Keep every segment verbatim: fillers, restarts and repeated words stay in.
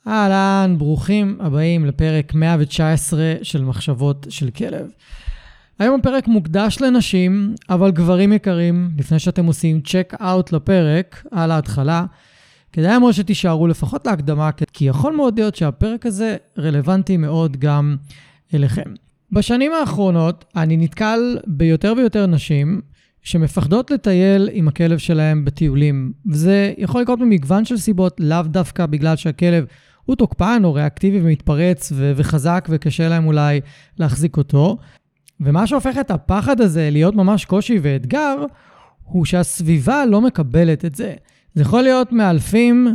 אהלן, ברוכים הבאים לפרק מאה תשע עשרה של מחשבות של כלב. היום הפרק מוקדש לנשים, אבל גברים יקרים, לפני שאתם עושים צ'ק אאוט לפרק על ההתחלה, כדאי מאוד שתישארו לפחות להקדמה, כי יכול מאוד להיות שהפרק הזה רלוונטי מאוד גם אליכם. בשנים האחרונות אני נתקל ביותר ויותר נשים שמפחדות לטייל עם הכלב שלהם בטיולים, וזה יכול לקרות במגוון של סיבות, לאו דווקא בגלל שהכלב הוא תוקפן או ריאקטיבי ומתפרץ ו- וחזק וקשה להם אולי להחזיק אותו. ומה שהופך את הפחד הזה להיות ממש קושי ואתגר, הוא שהסביבה לא מקבלת את זה. זה יכול להיות מאלפים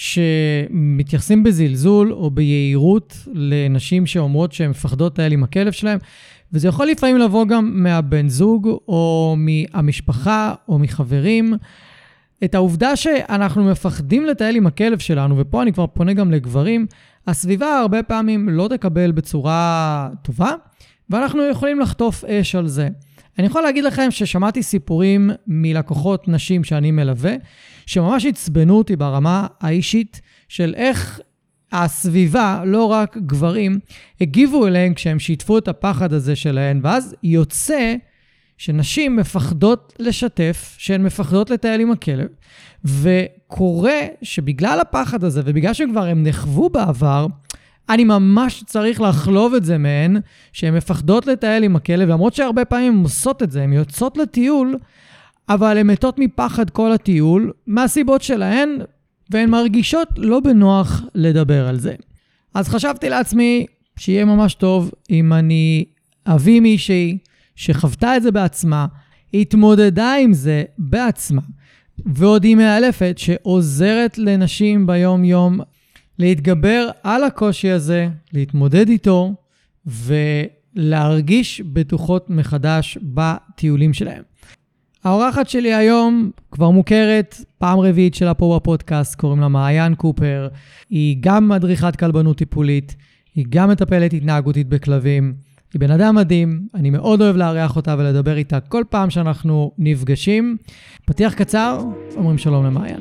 שמתייחסים בזלזול או ביהירות לנשים שאומרות שהן מפחדות לטייל עם הכלב שלהם, וזה יכול לפעמים לבוא גם מהבן זוג או מהמשפחה או מחברים. את העובדה שאנחנו מפחדים לטייל עם הכלב שלנו, ופה אני כבר פונה גם לגברים, הסביבה הרבה פעמים לא תקבל בצורה טובה, ואנחנו יכולים לחטוף אש על זה. אני יכול להגיד לכם ששמעתי סיפורים מלקוחות נשים שאני מלווה, שממש הצבנו אותי ברמה האישית של איך הסביבה, לא רק גברים, הגיבו אליהם כשהם שיתפו את הפחד הזה שלהם, ואז יוצא שנשים מפחדות לשתף, שהן מפחדות לטייל עם הכלב, וקורה שבגלל הפחד הזה, ובגלל שכבר הם נחוו בעבר, אני ממש צריך לחלוב את זה מהן, שהן מפחדות לטייל עם הכלב, למרות שהרבה פעמים הן עושות את זה, הן יוצאות לטיול, אבל הן מתות מפחד כל הטיול, מהסיבות שלהן, והן מרגישות לא בנוח לדבר על זה. אז חשבתי לעצמי שיהיה ממש טוב אם אני אביא מישהי שחוותה את זה בעצמה, התמודדה עם זה בעצמה, ועוד היא מאלפת שעוזרת לנשים ביום יום להתגבר על הקושי הזה, להתמודד איתו, ולהרגיש בטוחות מחדש בטיולים שלהם. האורחת שלי היום כבר מוכרת, פעם רביעית שלה פה בפודקאסט, קוראים לה מעיין קופר. היא גם מדריכת כלבנות טיפולית, היא גם מטפלת התנהגותית בכלבים. היא בן אדם מדהים, אני מאוד אוהב להריח אותה ולדבר איתה כל פעם שאנחנו נפגשים. פתיח קצר, אומרים שלום למעיין.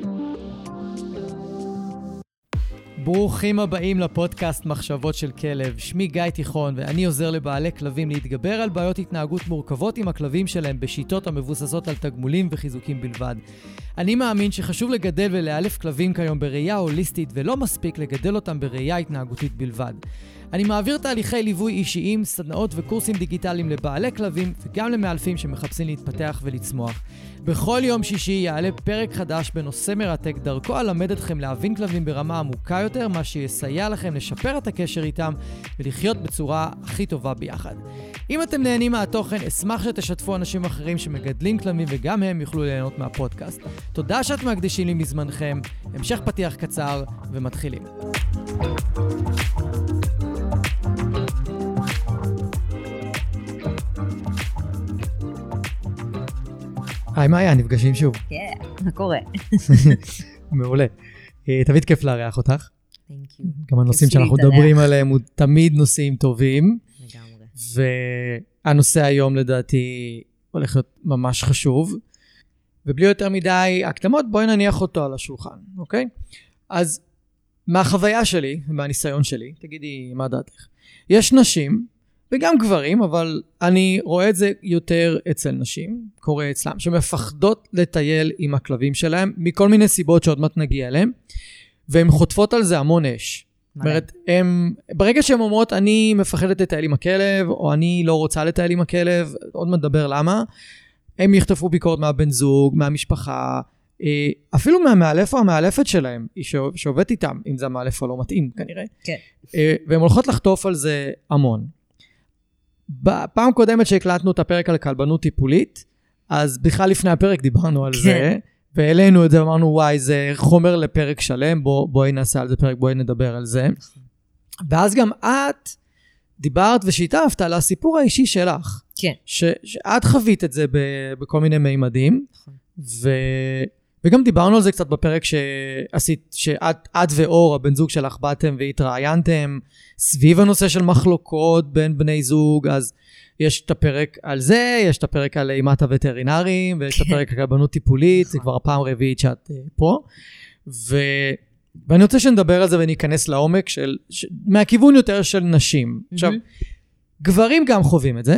ברוכים הבאים לפודקאסט מחשבות של כלב. שמי גיא תיכון ואני עוזר לבעלי כלבים להתגבר על בעיות התנהגות מורכבות עם הכלבים שלהם בשיטות המבוססות על תגמולים וחיזוקים בלבד. אני מאמין שחשוב לגדל ולאלף כלבים כיום בראייה הוליסטית ולא מספיק לגדל אותם בראייה התנהגותית בלבד. אני מעביר תהליכי ליווי אישיים, סדנאות וקורסים דיגיטליים לבעלי כלבים וגם למאלפים שמחפשים להתפתח ולצמוח. בכל יום שישי יעלה פרק חדש בנושא מרתק, דרכו אלמד אתכם להבין כלבים ברמה עמוקה יותר, מה שיסייע לכם לשפר את הקשר איתם ולחיות בצורה הכי טובה ביחד. אם אתם נהנים מהתוכן, אשמח שתשתפו אנשים אחרים שמגדלים כלבים וגם הם יוכלו ליהנות מהפודקאסט. תודה שאתם מקדישים לי מזמנכם, המשך פתיח קצר ומתחילים. היי מאיה, נפגשים שוב. כן, מה קורה? מעולה. תמיד כיף להריח אותך. Thank you. גם הנושאים שאנחנו מדברים עליהם הוא תמיד נושאים טובים. לגמרי. והנושא היום לדעתי הולך להיות ממש חשוב. ובלי יותר מדי הקדמות, בואי נניח אותו על השולחן, אוקיי? אז מהחוויה שלי, מהניסיון שלי, תגידי מה דעתך. יש נשים וגם גברים, אבל אני רואה את זה יותר אצל נשים, קורה אצלם, שמפחדות לטייל עם הכלבים שלהם, מכל מיני סיבות שעוד מעט נגיע אליהם, והן חוטפות על זה המון אש. זאת אומרת, הם, ברגע שהן אומרות, אני מפחדת לטייל עם הכלב, או אני לא רוצה לטייל עם הכלב, עוד מדבר למה, הם יחטפו ביקורת מהבן זוג, מהמשפחה, אפילו מהמאלף או המאלפת שלהם, שעובדת איתם, אם זה המאלף או לא מתאים כנראה. כן. והן הולכות לחטוף על זה המון. בפעם קודמת שהקלטנו את הפרק על כלבנות טיפולית, אז בכלל לפני הפרק דיברנו על כן. זה, והעלינו את זה, אמרנו וואי, זה חומר לפרק שלם, בוא, בואי נעשה על זה פרק, בואי נדבר על זה. ואז גם את דיברת ושיתפת על הסיפור האישי שלך. כן. ש, שאת חווית את זה ב, בכל מיני מימדים, ו, וגם דיברנו על זה קצת בפרק שעשית, שאת את ואור, הבן זוג שלך, באתם והתראיינתם סביב הנושא של מחלוקות בין בני זוג, אז יש את הפרק על זה, יש את הפרק על אימת הווטרינרים, ויש את הפרק על כלבנות טיפולית, זה כבר הפעם רביעית שאת פה, ו, ואני רוצה שנדבר על זה וניכנס לעומק של, ש... מהכיוון יותר של נשים. Mm-hmm. עכשיו, גברים גם חווים את זה,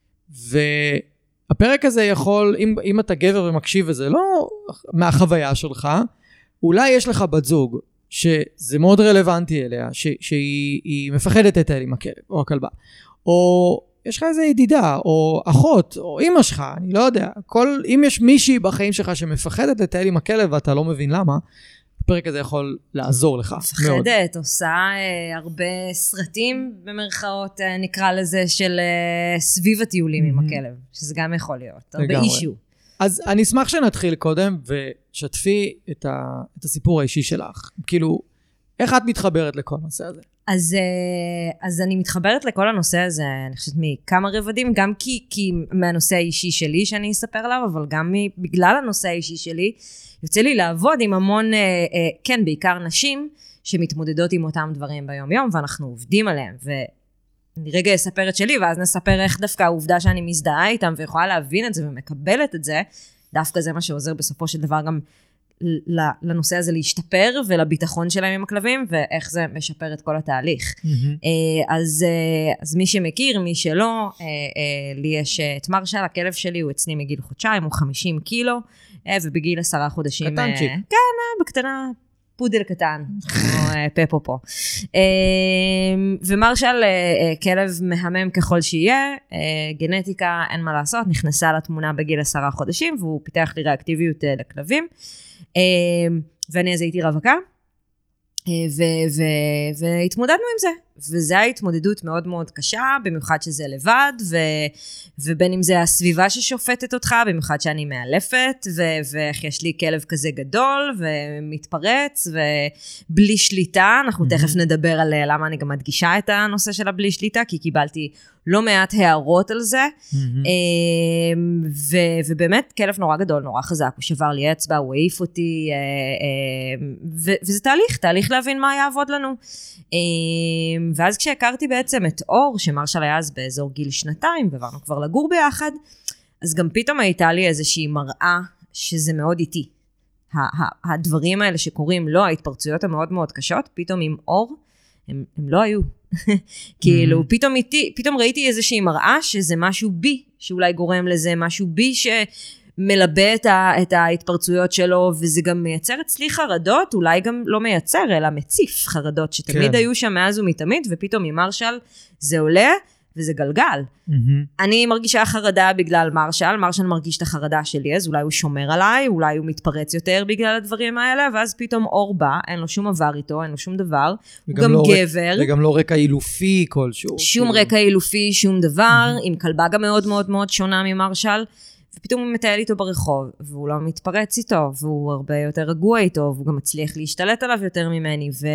והפרק הזה יכול, אם, אם אתה גבר ומקשיב וזה לא מהחוויה שלך, אולי יש לך בת זוג, שזה מאוד רלוונטי אליה, ש, שהיא מפחדת לטייל עם הכלב או הכלבה, או יש לך איזה ידידה, או אחות, או אמא שלך, אני לא יודע, כל, אם יש מישהי בחיים שלך שמפחדת לטייל עם הכלב ואתה לא מבין למה, הפרק הזה יכול לעזור לך מאוד. מפחדת, עושה אה, הרבה סרטים במרכאות, אה, נקרא לזה, של אה, סביב הטיולים עם הכלב, שזה גם יכול להיות, הרבה אישו. אז אני אשמח שנתחיל קודם, ושתפי את, ה, את הסיפור האישי שלך. כאילו, איך את מתחברת לכל הנושא הזה? אז, אז אני מתחברת לכל הנושא הזה, אני חושבת מכמה רבדים, גם כי, כי מהנושא האישי שלי שאני אספר עליו, אבל גם בגלל הנושא האישי שלי, יוצא לי לעבוד עם המון, כן, בעיקר נשים, שמתמודדות עם אותם דברים ביום יום, ואנחנו עובדים עליהם, ואני רגע אספר את שלי, ואז נספר איך דווקא העובדה שאני מזדהה איתם, ויכולה להבין את זה ומקבלת את זה, דווקא זה מה שעוזר בסופו של דבר גם לנושא הזה להשתפר, ולביטחון שלהם עם הכלבים, ואיך זה משפר את כל התהליך. אז, אז מי שמכיר, מי שלא, לי יש את מרשל, הכלב שלי, הוא אצלי מגיל חודשיים, הוא חמישים קילו, ובגיל עשרה חודשים... קטנצ'יק. כן, בקטנה, פודל קטן, כמו פפו פה. ומרשל, כלב מהמם ככל שיהיה, גנטיקה, אין מה לעשות, נכנסה לתמונה בגיל עשרה חודשים, והוא פיתח לי ריאקטיביות לכלבים, ואני אז הייתי רווקה, והתמודדנו עם זה, וזו ההתמודדות מאוד מאוד קשה, במיוחד שזה לבד, ובין אם זה הסביבה ששופטת אותך, במיוחד שאני מאלפת, ואיך יש לי כלב כזה גדול, ומתפרץ, ובלי שליטה, אנחנו תכף נדבר על למה אני גם מדגישה את הנושא של הבלי שליטה, כי קיבלתי לא מעט הערות על זה, ובאמת כלב נורא גדול, נורא חזק, הוא שבר לי אצבע, הוא העיף אותי, וזה תהליך, תהליך להבין מה יעבוד לנו. ואז כשהכרתי בעצם את אור, שמרשל היה אז באזור גיל שנתיים, ועברנו כבר לגור ביחד, אז גם פתאום הייתה לי איזושהי מראה שזה מאוד איטי. הדברים האלה שקורים, לא, ההתפרצויות המאוד מאוד קשות, פתאום עם אור, הם, הם לא היו. כאילו, פתאום איתי, פתאום ראיתי איזושהי מראה שזה משהו בי, שאולי גורם לזה משהו בי שמלבה את, ה, את ההתפרצויות שלו, וזה גם מייצר אצלי חרדות, אולי גם לא מייצר, אלא מציף חרדות, שתמיד כן. היו שם מאז ומתמיד, ופתאום עם מרשל זה עולה, וזה גלגל. Mm-hmm. אני מרגישה חרדה בגלל מרשל, מרשל מרגיש את החרדה שלי, אז אולי הוא שומר עליי, אולי הוא מתפרץ יותר בגלל הדברים האלה, ואז פתאום אור בא, אין לו שום עבר איתו, אין לו שום דבר, הוא גם לא גבר. רק, וגם לא רקע אילופי כלשהו. שום כאילו. רקע אילופי, שום דבר, mm-hmm. עם כלבה גם מאוד מאוד מאוד שונה ממרשל, ופתאום הוא מטייל איתו ברחוב, והוא לא מתפרץ איתו, והוא הרבה יותר רגוע איתו, והוא גם מצליח להשתלט עליו יותר ממני, ו...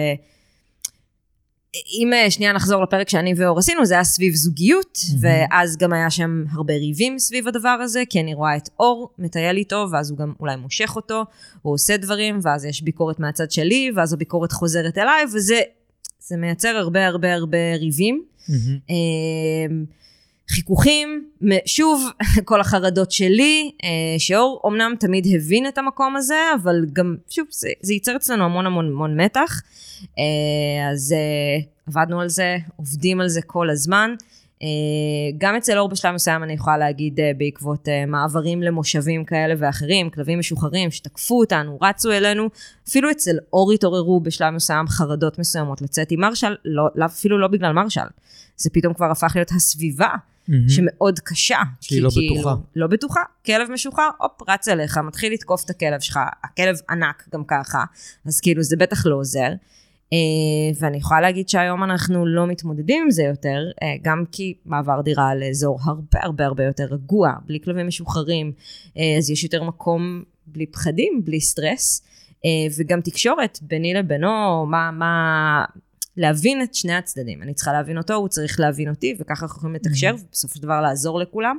אם שנייה נחזור לפרק שאני ואור עשינו, זה היה סביב זוגיות, mm-hmm. ואז גם היה שם הרבה ריבים סביב הדבר הזה, כי אני רואה את אור מטייל איתו, ואז הוא גם אולי מושך אותו, הוא עושה דברים, ואז יש ביקורת מהצד שלי, ואז הביקורת חוזרת אליי, וזה זה מייצר הרבה הרבה הרבה ריבים. Mm-hmm. חיכוכים, שוב, כל החרדות שלי, שאור אומנם תמיד הבין את המקום הזה, אבל גם, שוב, זה, זה ייצר אצלנו המון המון המון מתח, אז עבדנו על זה, עובדים על זה כל הזמן, גם אצל אור בשלב מסוים אני יכולה להגיד בעקבות מעברים למושבים כאלה ואחרים, כלבים משוחררים שתקפו אותנו, רצו אלינו, אפילו אצל אור התעוררו בשלב מסוים חרדות מסוימות לצאת עם מרשל, לא, אפילו לא בגלל מרשל, זה פתאום כבר הפך להיות הסביבה, שמאוד קשה. שהיא לא בטוחה. לא בטוחה. כלב משוחרר, הופ, רץ אליך, מתחיל לתקוף את הכלב שלך, הכלב ענק גם ככה, אז כאילו זה בטח לא עוזר. ואני יכולה להגיד שהיום אנחנו לא מתמודדים עם זה יותר, גם כי מעבר דירה לאזור הרבה הרבה הרבה יותר רגוע, בלי כלבים משוחררים, אז יש יותר מקום בלי פחדים, בלי סטרס, וגם תקשורת ביני לבינו, מה, מה... להבין את שני הצדדים. אני צריכה להבין אותו, הוא צריך להבין אותי, וככה אנחנו יכולים לתקשר, ובסופו של דבר לעזור לכולם.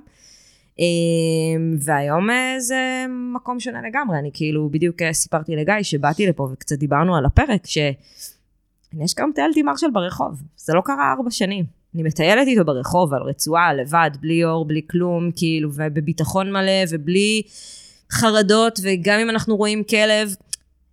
והיום זה מקום שונה לגמרי. אני כאילו בדיוק סיפרתי לגיא, שבאתי לפה וקצת דיברנו על הפרק, שאני אשכרה מטיילתי מרשל ברחוב. זה לא קרה ארבע שנים. אני מטיילת איתו ברחוב, על רצועה, לבד, בלי אור, בלי כלום, כאילו, ובביטחון מלא, ובלי חרדות, וגם אם אנחנו רואים כלב,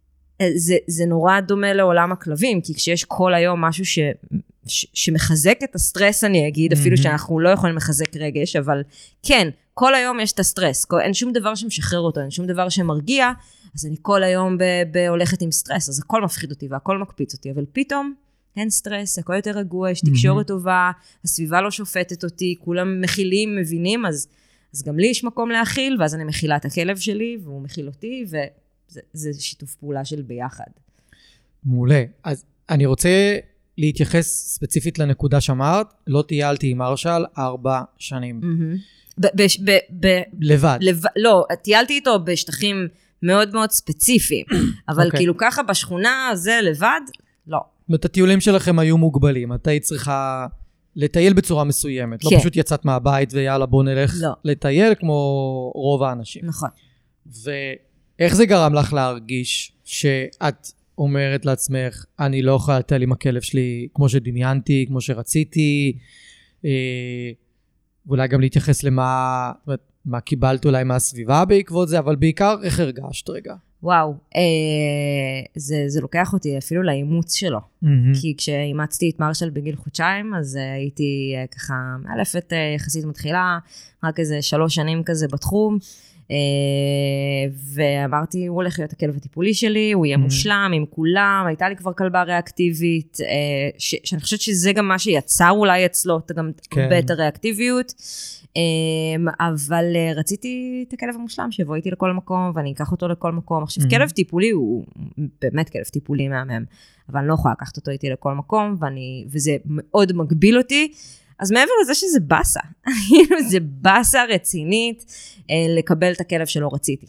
זה, זה נורא דומה לעולם הכלבים, כי כשיש כל היום משהו ש, ש, שמחזק את הסטרס, אני אגיד, אפילו שאנחנו לא יכולים לחזק רגש, אבל כן, כל היום יש את הסטרס, אין שום דבר שמשחרר אותו, אין שום דבר שמרגיע, אז אני כל היום הולכת עם סטרס, אז הכל מפחיד אותי והכל מקפיץ אותי, אבל פתאום אין סטרס, הכל יותר רגוע, יש תקשורת טובה, הסביבה לא שופטת אותי, כולם מכילים, מבינים, אז, אז גם לי יש מקום להכיל, ואז אני מכילה את הכלב שלי, והוא מכיל אותי, וזה זה שיתוף פעולה של ביחד. מעולה. אז אני רוצה להתייחס ספציפית לנקודה שאמרת, לא טיילתי עם מרשל ארבע שנים. ב- ב- ב- ב- לבד. לב- לא, טיילתי איתו בשטחים מאוד מאוד ספציפיים, אבל אוקיי. כאילו ככה בשכונה זה לבד, לא. את הטיולים שלכם היו מוגבלים, אתה היית צריכה לטייל בצורה מסוימת, כן. לא פשוט יצאת מהבית ויאללה בוא נלך לא. לטייל כמו רוב האנשים. נכון. ואיך זה גרם לך להרגיש שאת אומרת לעצמך, אני לא יכולה לטייל עם הכלב שלי כמו שדמיינתי, כמו שרציתי, אה, ואולי גם להתייחס למה מה קיבלת אולי מהסביבה בעקבות זה, אבל בעיקר איך הרגשת רגע? וואו, אה, זה, זה לוקח אותי אפילו לאימוץ שלו. Mm-hmm. כי כשאימצתי את מרשל בגיל חודשיים, אז אה, הייתי אה, ככה מאלפת אה, יחסית מתחילה, רק איזה שלוש שנים כזה בתחום, אה, ואמרתי, הוא הולך להיות הכלב הטיפולי שלי, הוא יהיה mm-hmm. מושלם עם כולם, הייתה לי כבר כלבה ריאקטיבית, אה, ש, שאני חושבת שזה גם מה שיצר אולי אצלו, גם כן. בית הריאקטיביות, אבל רציתי את הכלב המושלם שיבוא איתי לכל מקום ואני אקח אותו לכל מקום. עכשיו כלב טיפולי הוא באמת כלב טיפולי מהמם, אבל אני לא יכולה לקחת אותו איתי לכל מקום וזה מאוד מגביל אותי. אז מעבר לזה שזה בסה, זה בסה רצינית לקבל את הכלב שלא רציתי.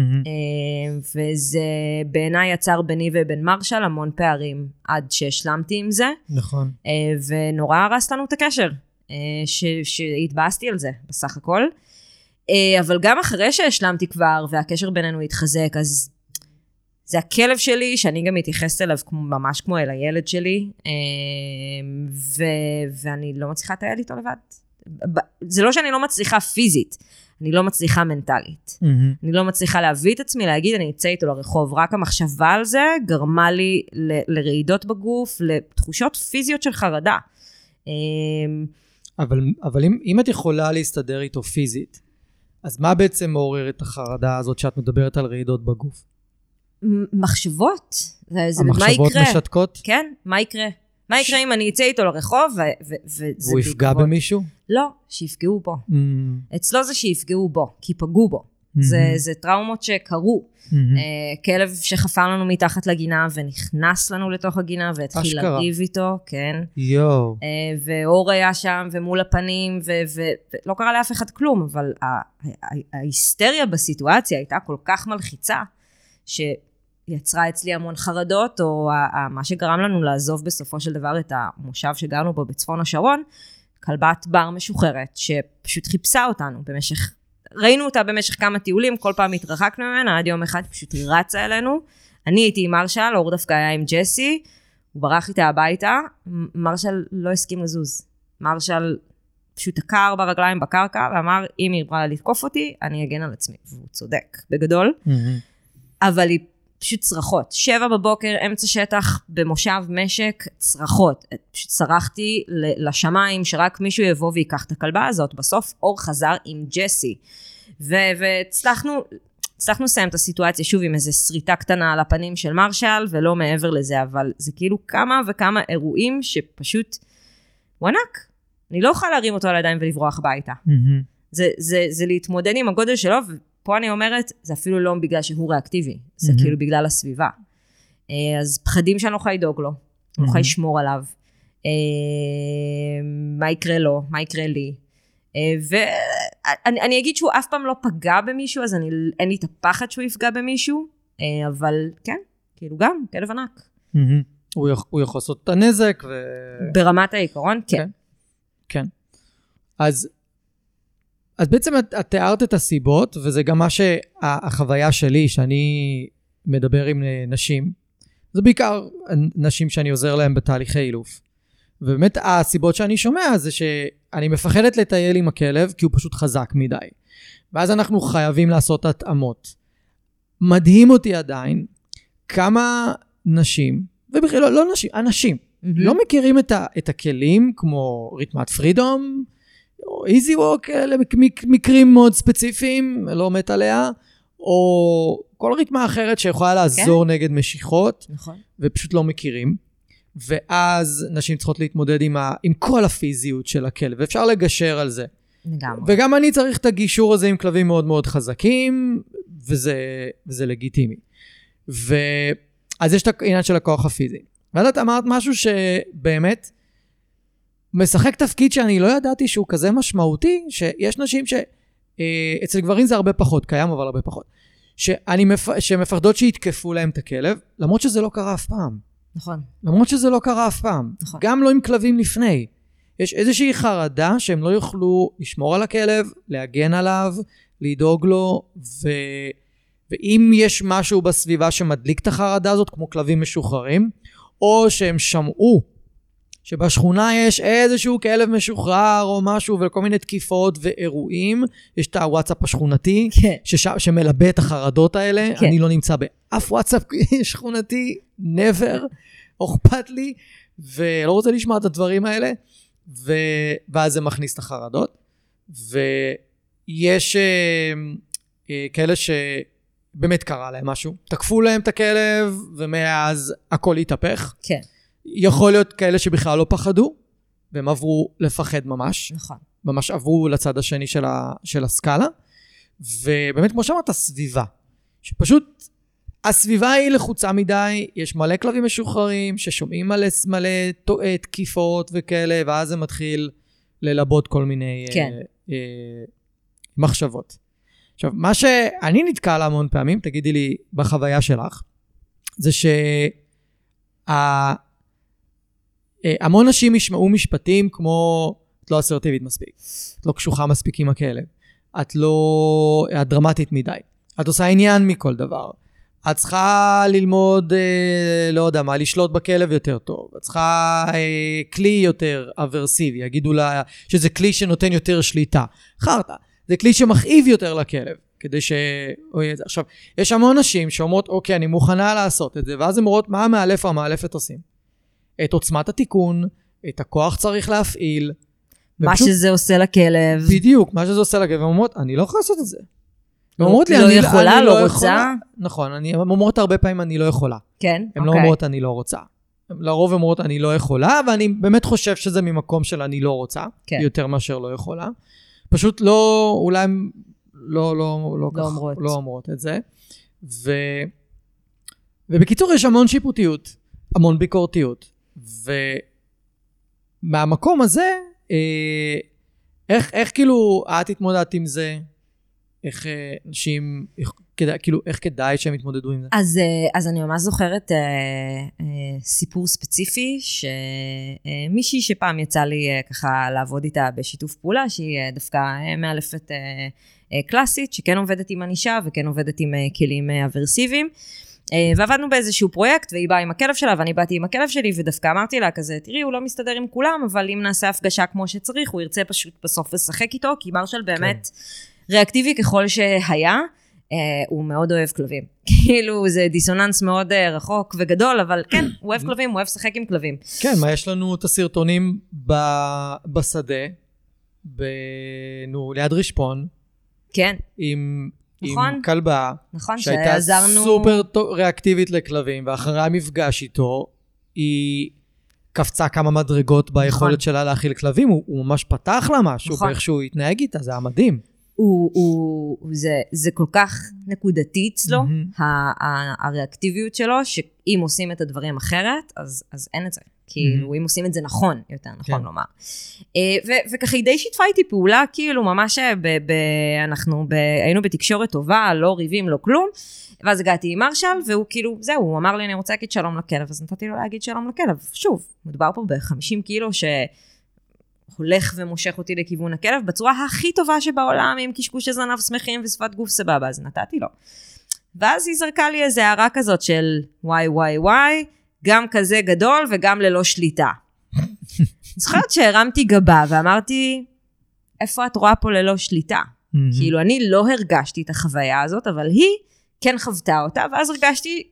וזה בעיניי יצר ביני ובין מרשל המון פערים עד שהשלמתי עם זה. נכון. ונורא הרס לנו את הקשר. שהתבאסתי על זה בסך הכל, אבל גם אחרי שהשלמתי כבר והקשר בינינו התחזק, אז זה הכלב שלי שאני גם מתייחסת אליו ממש כמו אל הילד שלי, ו- ואני לא מצליחה לטייל איתו לבד. זה לא שאני לא מצליחה פיזית, אני לא מצליחה מנטלית. Mm-hmm. אני לא מצליחה להביא את עצמי, להגיד אני אצא איתו לרחוב, רק המחשבה על זה גרמה לי ל- לרעידות בגוף, לתחושות פיזיות של חרדה. אבל, אבל אם, אם את יכולה להסתדר איתו פיזית, אז מה בעצם מעורר את החרדה הזאת שאת מדברת על רעידות בגוף? מחשבות. זה, זה, המחשבות מה יקרה? משתקות? כן, מה יקרה? מה יקרה ש... אם אני אצא איתו לרחוב? ו- ו- ו- והוא יפגע בעקבות... במישהו? לא, שיפגעו בו. Mm. אצלו זה שיפגעו בו, כי פגעו בו. Mm-hmm. זה, זה טראומות שקרו. Mm-hmm. Uh, כלב שחפר לנו מתחת לגינה ונכנס לנו לתוך הגינה והתחיל להגיב איתו, כן. יו. Uh, ואור היה שם ומול הפנים ולא ו- ו- קרה לאף אחד כלום, אבל ההיסטריה בסיטואציה הייתה כל כך מלחיצה, שיצרה אצלי המון חרדות, או מה שגרם לנו לעזוב בסופו של דבר את המושב שגרנו בו בצפון השרון, כלבת בר משוחררת שפשוט חיפשה אותנו במשך ראינו אותה במשך כמה טיולים, כל פעם התרחקנו ממנה, עד יום אחד פשוט רצה אלינו. אני הייתי עם מרשל, אור דווקא היה עם ג'סי, הוא ברח איתה הביתה, מרשל לא הסכים לזוז. מרשל פשוט תקר ברגליים בקרקע, ואמר, אם היא באה לתקוף אותי, אני אגן על עצמי. והוא צודק, בגדול. Mm-hmm. אבל היא פשוט צרחות. שבע בבוקר, אמצע שטח, במושב משק, צרחות. פשוט צרחתי לשמיים, שרק מישהו יבוא ויקח את הכלבה הזאת. בסוף אור חזר עם ג'סי. והצלחנו, הצלחנו לסיים את הסיטואציה, שוב עם איזו שריטה קטנה על הפנים של מרשל, ולא מעבר לזה, אבל זה כאילו כמה וכמה אירועים שפשוט, הוא ענק. אני לא יכולה להרים אותו על הידיים ולברוח הביתה. Mm-hmm. זה, זה, זה להתמודד עם הגודל שלו, ופה אני אומרת, זה אפילו לא בגלל שהוא ריאקטיבי, זה mm-hmm. כאילו בגלל הסביבה. אז פחדים שאני לא יכולה לדאוג לו, mm-hmm. לא יכולה לשמור עליו. מה יקרה לו, מה יקרה לי. ואני אני אגיד שהוא אף פעם לא פגע במישהו, אז אני, אין לי את הפחד שהוא יפגע במישהו, אבל כן, כאילו גם, כלב ענק. Mm-hmm. הוא, יכול, הוא יכול לעשות את הנזק. ו... ברמת העיקרון, כן. כן. כן. אז, אז בעצם את, את תיארת את הסיבות, וזה גם מה שהחוויה שלי, שאני מדבר עם נשים, זה בעיקר נשים שאני עוזר להם בתהליכי אילוף. ובאמת הסיבות שאני שומע זה שאני מפחדת לטייל עם הכלב, כי הוא פשוט חזק מדי. ואז אנחנו חייבים לעשות התאמות. מדהים אותי עדיין, כמה נשים, ובכלל לא, לא נשים, אנשים, mm-hmm. לא מכירים את, ה, את הכלים כמו ריתמת פרידום, או איזי ווק, מקרים מאוד ספציפיים, לא מת עליה, או כל ריתמה אחרת שיכולה לעזור כן? נגד משיכות, נכון. ופשוט לא מכירים. ואז נשים צריכות להתמודד עם, ה, עם כל הפיזיות של הכלב, ואפשר לגשר על זה. לגמרי. וגם אני צריך את הגישור הזה עם כלבים מאוד מאוד חזקים, וזה, וזה לגיטימי. ו... אז יש את העניין של הכוח הפיזי. ואז את אמרת משהו שבאמת משחק תפקיד שאני לא ידעתי שהוא כזה משמעותי, שיש נשים ש... אצל גברים זה הרבה פחות, קיים אבל הרבה פחות. שאני מפ... שמפחדות שיתקפו להם את הכלב, למרות שזה לא קרה אף פעם. נכון. למרות שזה לא קרה אף פעם. נכון. גם לא עם כלבים לפני. יש איזושהי חרדה שהם לא יוכלו לשמור על הכלב, להגן עליו, לדאוג לו, ו... ואם יש משהו בסביבה שמדליק את החרדה הזאת, כמו כלבים משוחררים, או שהם שמעו שבשכונה יש איזשהו כלב משוחרר או משהו, וכל מיני תקיפות ואירועים, יש את הוואטסאפ השכונתי, כן. שש... שמלבה את החרדות האלה, כן. אני לא נמצא באף וואטסאפ שכונתי, never, או אכפת לי, ולא רוצה לשמוע את הדברים האלה, ו... ואז זה מכניס את החרדות, ויש אה, אה, כאלה שבאמת קרה להם משהו, תקפו להם את הכלב, ומאז הכל התהפך. כן. יכול להיות כאלה שבכלל לא פחדו, והם עברו לפחד ממש. נכון. ממש עברו לצד השני של, ה, של הסקאלה, ובאמת כמו שאמרת, הסביבה, שפשוט הסביבה היא לחוצה מדי, יש מלא כלבים משוחררים, ששומעים מלא, מלא תקיפות וכאלה, ואז זה מתחיל ללבות כל מיני כן. אה, אה, מחשבות. עכשיו, מה שאני נתקע לה המון פעמים, תגידי לי בחוויה שלך, זה שה... המון נשים ישמעו משפטים כמו, את לא אסרטיבית מספיק, את לא קשוחה מספיק עם הכלב, את לא, את דרמטית מדי, את עושה עניין מכל דבר, את צריכה ללמוד, אה, לא יודע מה, לשלוט בכלב יותר טוב, את צריכה אה, כלי יותר אברסיבי, יגידו לה שזה כלי שנותן יותר שליטה, חרטה, זה כלי שמכאיב יותר לכלב, כדי ש... עכשיו, יש המון נשים שאומרות, אוקיי, אני מוכנה לעשות את זה, ואז הן אומרות, מה המאלף או המאלפת עושים? את עוצמת התיקון, את הכוח צריך להפעיל. מה ופשוט... שזה עושה לכלב. בדיוק, מה שזה עושה לכלב, הן אומרות, אני לא יכולה לעשות את זה. לא, אומרות לי, לא אני, יכולה, אני לא, לא רוצה. יכולה. נכון, הן אומרות הרבה פעמים, אני לא יכולה. כן, הן אוקיי. לא אומרות, אני לא רוצה. לרוב הן אומרות, אני לא יכולה, ואני באמת חושב שזה ממקום של אני לא רוצה, כן. יותר מאשר לא יכולה. פשוט לא, אולי לא, לא, לא, לא, כך, אומרות. לא אומרות את זה. ו... ובקיצור, יש המון שיפוטיות, המון ביקורתיות. ומהמקום הזה, אה, איך, איך כאילו את התמודדת עם זה? איך אנשים, איך, כדאי, כאילו, איך כדאי שהם יתמודדו עם זה? אז, אז אני ממש זוכרת אה, אה, סיפור ספציפי, שמישהי שפעם יצא לי אה, ככה לעבוד איתה בשיתוף פעולה, שהיא אה, דווקא אה, מאלפת אה, אה, קלאסית, שכן עובדת עם אנישה וכן עובדת עם אה, כלים אה, אברסיביים, אה, ועבדנו באיזשהו פרויקט, והיא באה עם הכלב שלה, ואני באתי עם הכלב שלי, ודווקא אמרתי לה כזה, תראי, הוא לא מסתדר עם כולם, אבל אם נעשה הפגשה כמו שצריך, הוא ירצה פשוט בסוף לשחק איתו, כי מרשל באמת כן. ריאקטיבי ככל שהיה, Uh, הוא מאוד אוהב כלבים. כאילו זה דיסוננס מאוד uh, רחוק וגדול, אבל כן, הוא אוהב כלבים, הוא אוהב לשחק עם כלבים. כן, מה יש לנו את הסרטונים ב- בשדה, ב- נו, ליד רשפון, כן. עם, נכון. עם כלבה, נכון, שהייתה שעזרנו... סופר ריאקטיבית לכלבים, ואחרי המפגש איתו, היא קפצה כמה מדרגות ביכולת נכון. שלה להכיל כלבים, הוא, הוא ממש פתח לה משהו, נכון. באיך שהוא התנהג איתה, זה היה מדהים. הוא, הוא, זה, זה כל כך נקודתי אצלו, mm-hmm. הריאקטיביות שלו, שאם עושים את הדברים אחרת, אז, אז אין את זה. כאילו, mm-hmm. אם עושים את זה נכון, יותר נכון כן. לומר. ו- וככה היא די שיתפה איתי פעולה, כאילו, ממש ב- ב- אנחנו ב- היינו בתקשורת טובה, לא ריבים, לא כלום, ואז הגעתי עם מרשל, והוא כאילו, זהו, הוא אמר לי, אני רוצה להגיד שלום לכלב, אז נתתי לו להגיד שלום לכלב. שוב, מדובר פה ב-חמישים קילו ש... הולך ומושך אותי לכיוון הכלב, בצורה הכי טובה שבעולם, עם קשקוש הזנב שמחים ושפת גוף סבבה, אז נתתי לו. ואז היא זרקה לי איזו הערה כזאת של וואי וואי וואי, גם כזה גדול וגם ללא שליטה. זוכרת שהרמתי גבה ואמרתי, איפה את רואה פה ללא שליטה? כאילו אני לא הרגשתי את החוויה הזאת, אבל היא כן חוותה אותה, ואז הרגשתי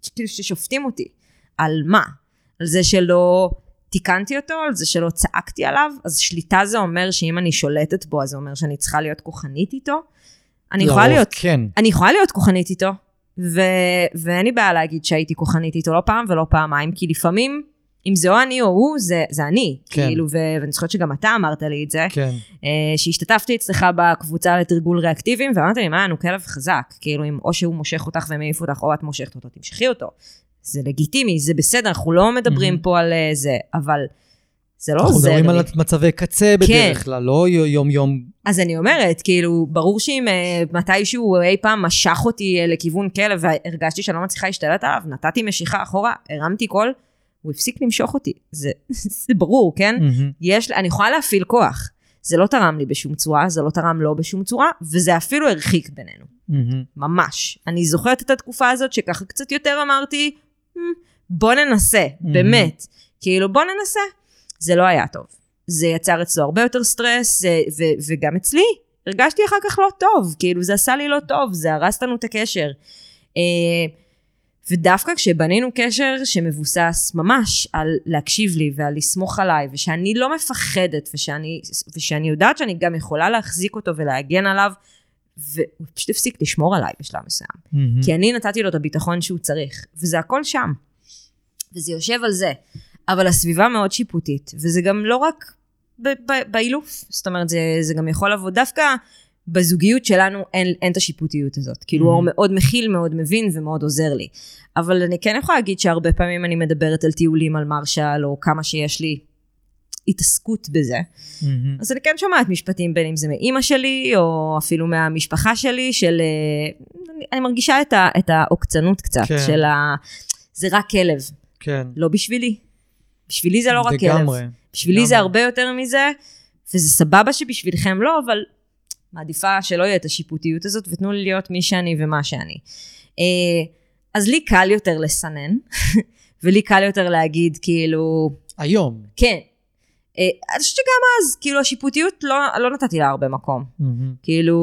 כאילו ששופטים אותי. על מה? על זה שלא תיקנתי אותו, על זה שלא צעקתי עליו, אז שליטה זה אומר שאם אני שולטת בו, אז זה אומר שאני צריכה להיות כוחנית איתו. אני יכולה להיות, כן. אני יכולה להיות כוחנית איתו, ו, ואין לי בעיה להגיד שהייתי כוחנית איתו לא פעם ולא פעמיים, כי לפעמים, אם זה או אני או הוא, זה, זה אני. כן. כאילו, ו, ואני זוכרת שגם אתה אמרת לי את זה, כן. שהשתתפתי אצלך בקבוצה לתרגול ריאקטיביים, ואמרת לי, מה, נו כלב חזק, כאילו, אם או שהוא מושך אותך ומעיף אותך, או את מושכת אותו, תמשכי אותו. זה לגיטימי, זה בסדר, אנחנו לא מדברים פה על זה, אבל זה לא עוזר לי. אנחנו מדברים על מצבי קצה בדרך כלל, לא יום יום. אז אני אומרת, כאילו, ברור שאם מתישהו אי פעם משך אותי לכיוון כלב, והרגשתי שאני לא מצליחה להשתלט עליו, נתתי משיכה אחורה, הרמתי קול, הוא הפסיק למשוך אותי. זה, זה ברור, כן? יש, אני יכולה להפעיל כוח. זה לא תרם לי בשום צורה, זה לא תרם לו בשום צורה, וזה אפילו הרחיק בינינו. ממש. אני זוכרת את התקופה הזאת, שככה קצת יותר אמרתי, בוא ננסה, באמת. כאילו, בוא ננסה. זה לא היה טוב. זה יצר אצלו הרבה יותר סטרס, ו- וגם אצלי. הרגשתי אחר כך לא טוב, כאילו, זה עשה לי לא טוב, זה הרס לנו את הקשר. ודווקא כשבנינו קשר שמבוסס ממש על להקשיב לי ועל לסמוך עליי, ושאני לא מפחדת, ושאני, ושאני יודעת שאני גם יכולה להחזיק אותו ולהגן עליו, והוא פשוט הפסיק לשמור עליי בשלב מסוים. Mm-hmm. כי אני נתתי לו את הביטחון שהוא צריך, וזה הכל שם. וזה יושב על זה. אבל הסביבה מאוד שיפוטית, וזה גם לא רק באילוף, זאת אומרת, זה, זה גם יכול לבוא דווקא בזוגיות שלנו, אין, אין את השיפוטיות הזאת. כאילו, הוא mm-hmm. מאוד מכיל, מאוד מבין ומאוד עוזר לי. אבל אני כן יכולה להגיד שהרבה פעמים אני מדברת על טיולים, על מרשל, או כמה שיש לי התעסקות בזה. Mm-hmm. אז אני כן שומעת משפטים בין אם זה מאמא שלי, או אפילו מהמשפחה שלי, של, אני, אני מרגישה את, ה, את העוקצנות קצת, כן. של ה, זה רק כלב. כן. לא בשבילי. בשבילי זה לא רק כלב. בשבילי לגמרי. זה הרבה יותר מזה, וזה סבבה שבשבילכם לא, אבל מעדיפה שלא יהיה את השיפוטיות הזאת, ותנו לי להיות מי שאני ומה שאני. אז לי קל יותר לסנן, ולי קל יותר להגיד כאילו... היום. כן. אני חושבת שגם אז, כאילו השיפוטיות לא, לא נתתי לה הרבה מקום. Mm-hmm. כאילו,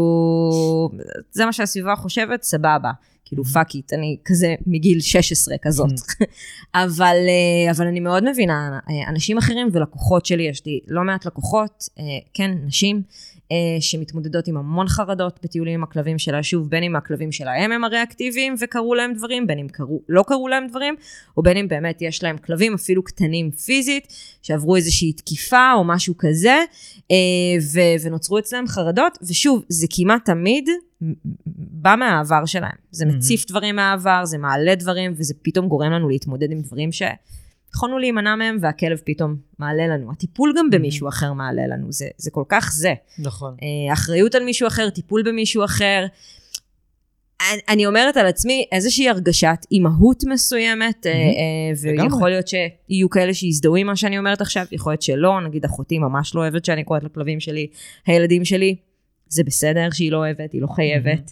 זה מה שהסביבה חושבת, סבבה. כאילו פאקית, אני כזה מגיל שש עשרה כזאת. אבל, אבל אני מאוד מבינה, אנשים אחרים ולקוחות שלי, יש לי לא מעט לקוחות, כן, נשים, שמתמודדות עם המון חרדות בטיולים עם הכלבים שלה, שוב, בין אם הכלבים שלהם הם הריאקטיביים וקראו להם דברים, בין אם קראו, לא קראו להם דברים, או בין אם באמת יש להם כלבים אפילו קטנים פיזית, שעברו איזושהי תקיפה או משהו כזה, ו- ונוצרו אצלם חרדות, ושוב, זה כמעט תמיד בא מהעבר שלהם. זה מציף דברים מהעבר, זה מעלה דברים, וזה פתאום גורם לנו להתמודד עם דברים ש... יכולנו להימנע מהם, והכלב פתאום מעלה לנו. הטיפול גם במישהו אחר מעלה לנו. זה, זה כל כך זה. נכון. אחריות על מישהו אחר, טיפול במישהו אחר. אני, אני אומרת על עצמי, איזושהי הרגשת אימהות מסוימת, ויכול להיות שיהיו כאלה שיזדהו עם מה שאני אומרת עכשיו, יכול להיות שלא, נגיד אחותי ממש לא אוהבת שאני קוראת לכלבים שלי, הילדים שלי, זה בסדר שהיא לא אוהבת, היא לא חייבת.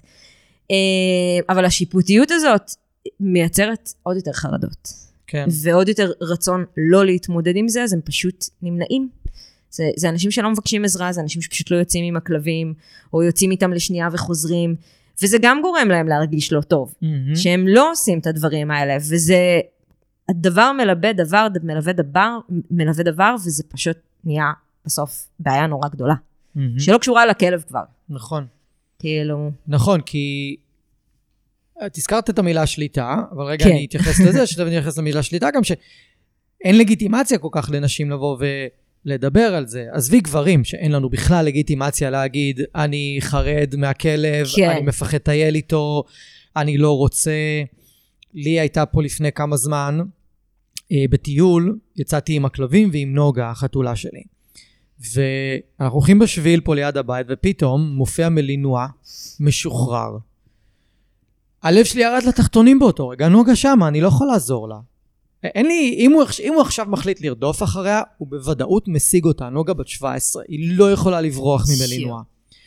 אבל השיפוטיות הזאת מייצרת עוד יותר חרדות. כן. ועוד יותר רצון לא להתמודד עם זה, אז הם פשוט נמנעים. זה, זה אנשים שלא מבקשים עזרה, זה אנשים שפשוט לא יוצאים עם הכלבים, או יוצאים איתם לשנייה וחוזרים, וזה גם גורם להם להרגיש לא טוב, mm-hmm. שהם לא עושים את הדברים האלה, וזה, הדבר מלווה דבר, מלווה דבר, מלווה דבר, וזה פשוט נהיה בסוף בעיה נורא גדולה, mm-hmm. שלא קשורה לכלב כבר. נכון. כאילו... נכון, כי... תזכרת את המילה שליטה, אבל רגע כן. אני אתייחס לזה, שתכף אני אתייחס למילה שליטה, גם שאין לגיטימציה כל כך לנשים לבוא ולדבר על זה. עזבי גברים, שאין לנו בכלל לגיטימציה להגיד, אני חרד מהכלב, כן. אני מפחד טייל איתו, אני לא רוצה. לי הייתה פה לפני כמה זמן, בטיול, יצאתי עם הכלבים ועם נוגה, החתולה שלי. ואנחנו הולכים בשביל פה ליד הבית, ופתאום מופיע מלינוע משוחרר. הלב שלי ירד לתחתונים באותו רגע, נוגה שמה, אני לא יכול לעזור לה. אין לי, אם הוא, אם הוא עכשיו מחליט לרדוף אחריה, הוא בוודאות משיג אותה, נוגה בת שבע עשרה, היא לא יכולה לברוח ממלינוע.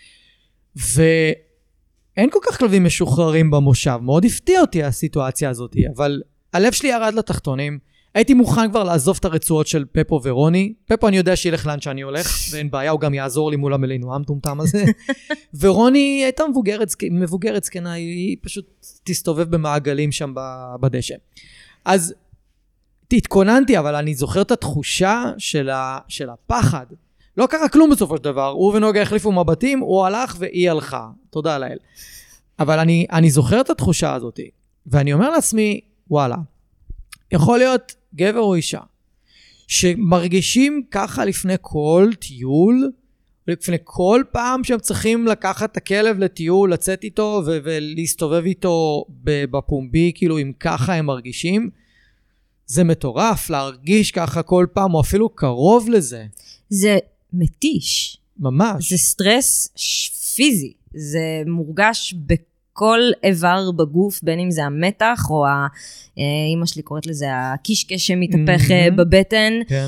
ואין כל כך כלבים משוחררים במושב, מאוד הפתיע אותי הסיטואציה הזאת, אבל הלב שלי ירד לתחתונים, הייתי מוכן כבר לעזוב את הרצועות של פפו ורוני. פפו אני יודע שילך לאן שאני הולך, ואין בעיה, הוא גם יעזור לי מול המלינו, המטומטם הזה. ורוני הייתה מבוגרת, מבוגרת זקנה, היא פשוט תסתובב במעגלים שם בדשא. אז תתכוננתי, אבל אני זוכר את התחושה של, ה, של הפחד. לא קרה כלום בסופו של דבר, הוא ונוגה החליפו מבטים, הוא הלך והיא הלכה. תודה לאל. אבל אני, אני זוכר את התחושה הזאת, ואני אומר לעצמי, וואלה, יכול להיות גבר או אישה, שמרגישים ככה לפני כל טיול, לפני כל פעם שהם צריכים לקחת את הכלב לטיול, לצאת איתו ו- ולהסתובב איתו בפומבי, כאילו אם ככה הם מרגישים, זה מטורף להרגיש ככה כל פעם, או אפילו קרוב לזה. זה מתיש. ממש. זה סטרס פיזי. זה מורגש בכל איבר בגוף, בין אם זה המתח, או ה... אמא שלי קוראת לזה הקישקש שמתהפך mm-hmm. בבטן, כן.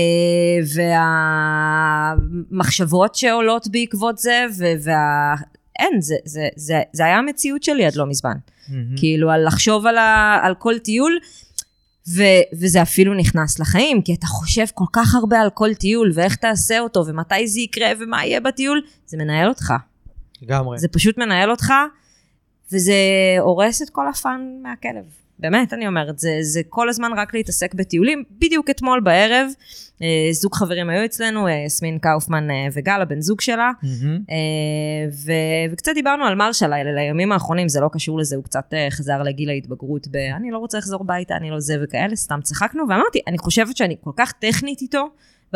והמחשבות שעולות בעקבות זה, וה... אין, זה, זה, זה, זה היה המציאות שלי עד לא מזמן. Mm-hmm. כאילו, על לחשוב על, ה... על כל טיול, ו... וזה אפילו נכנס לחיים, כי אתה חושב כל כך הרבה על כל טיול, ואיך תעשה אותו, ומתי זה יקרה, ומה יהיה בטיול, זה מנהל אותך. לגמרי. זה פשוט מנהל אותך, וזה הורס את כל הפן מהכלב. באמת, אני אומרת, זה, זה כל הזמן רק להתעסק בטיולים. בדיוק אתמול בערב, זוג חברים היו אצלנו, יסמין קאופמן וגל, הבן זוג שלה, mm-hmm. ו, וקצת דיברנו על מרשל, לימים האחרונים, זה לא קשור לזה, הוא קצת חזר לגיל ההתבגרות, ב, אני לא רוצה לחזור ביתה, אני לא זה וכאלה, סתם צחקנו, ואמרתי, אני חושבת שאני כל כך טכנית איתו,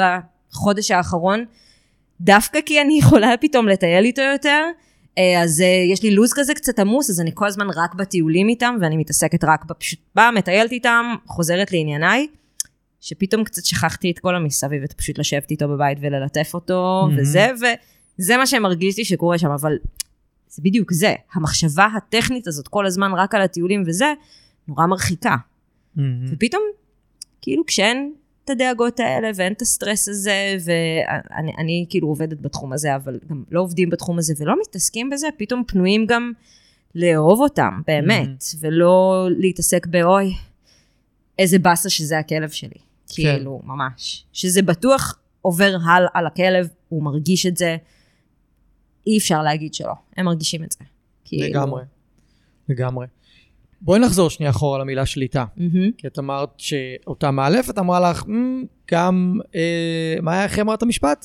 בחודש האחרון, דווקא כי אני יכולה פתאום לטייל איתו יותר, אז יש לי לוז כזה קצת עמוס, אז אני כל הזמן רק בטיולים איתם, ואני מתעסקת רק בפשוט באה, מטיילת איתם, חוזרת לענייניי, שפתאום קצת שכחתי את כל המסביב, ואת פשוט לשבת איתו בבית וללטף אותו, mm-hmm. וזה, וזה מה שמרגיש לי שקורה שם, אבל זה בדיוק זה, המחשבה הטכנית הזאת, כל הזמן רק על הטיולים וזה, נורא מרחיקה. Mm-hmm. ופתאום, כאילו כשאין את הדאגות האלה, ואין את הסטרס הזה, ואני אני, כאילו עובדת בתחום הזה, אבל גם לא עובדים בתחום הזה, ולא מתעסקים בזה, פתאום פנויים גם לאהוב אותם, באמת, mm-hmm. ולא להתעסק באוי, איזה בסה שזה הכלב שלי. כן. כאילו, ממש. שזה בטוח עובר הל על הכלב, הוא מרגיש את זה, אי אפשר להגיד שלא, הם מרגישים את זה. כאילו... לגמרי, לגמרי. בואי נחזור שנייה אחורה למילה שליטה. Mm-hmm. כי את אמרת שאותה מאלפת אמרה לך, גם, אה, מה היה אחרי אמרת המשפט?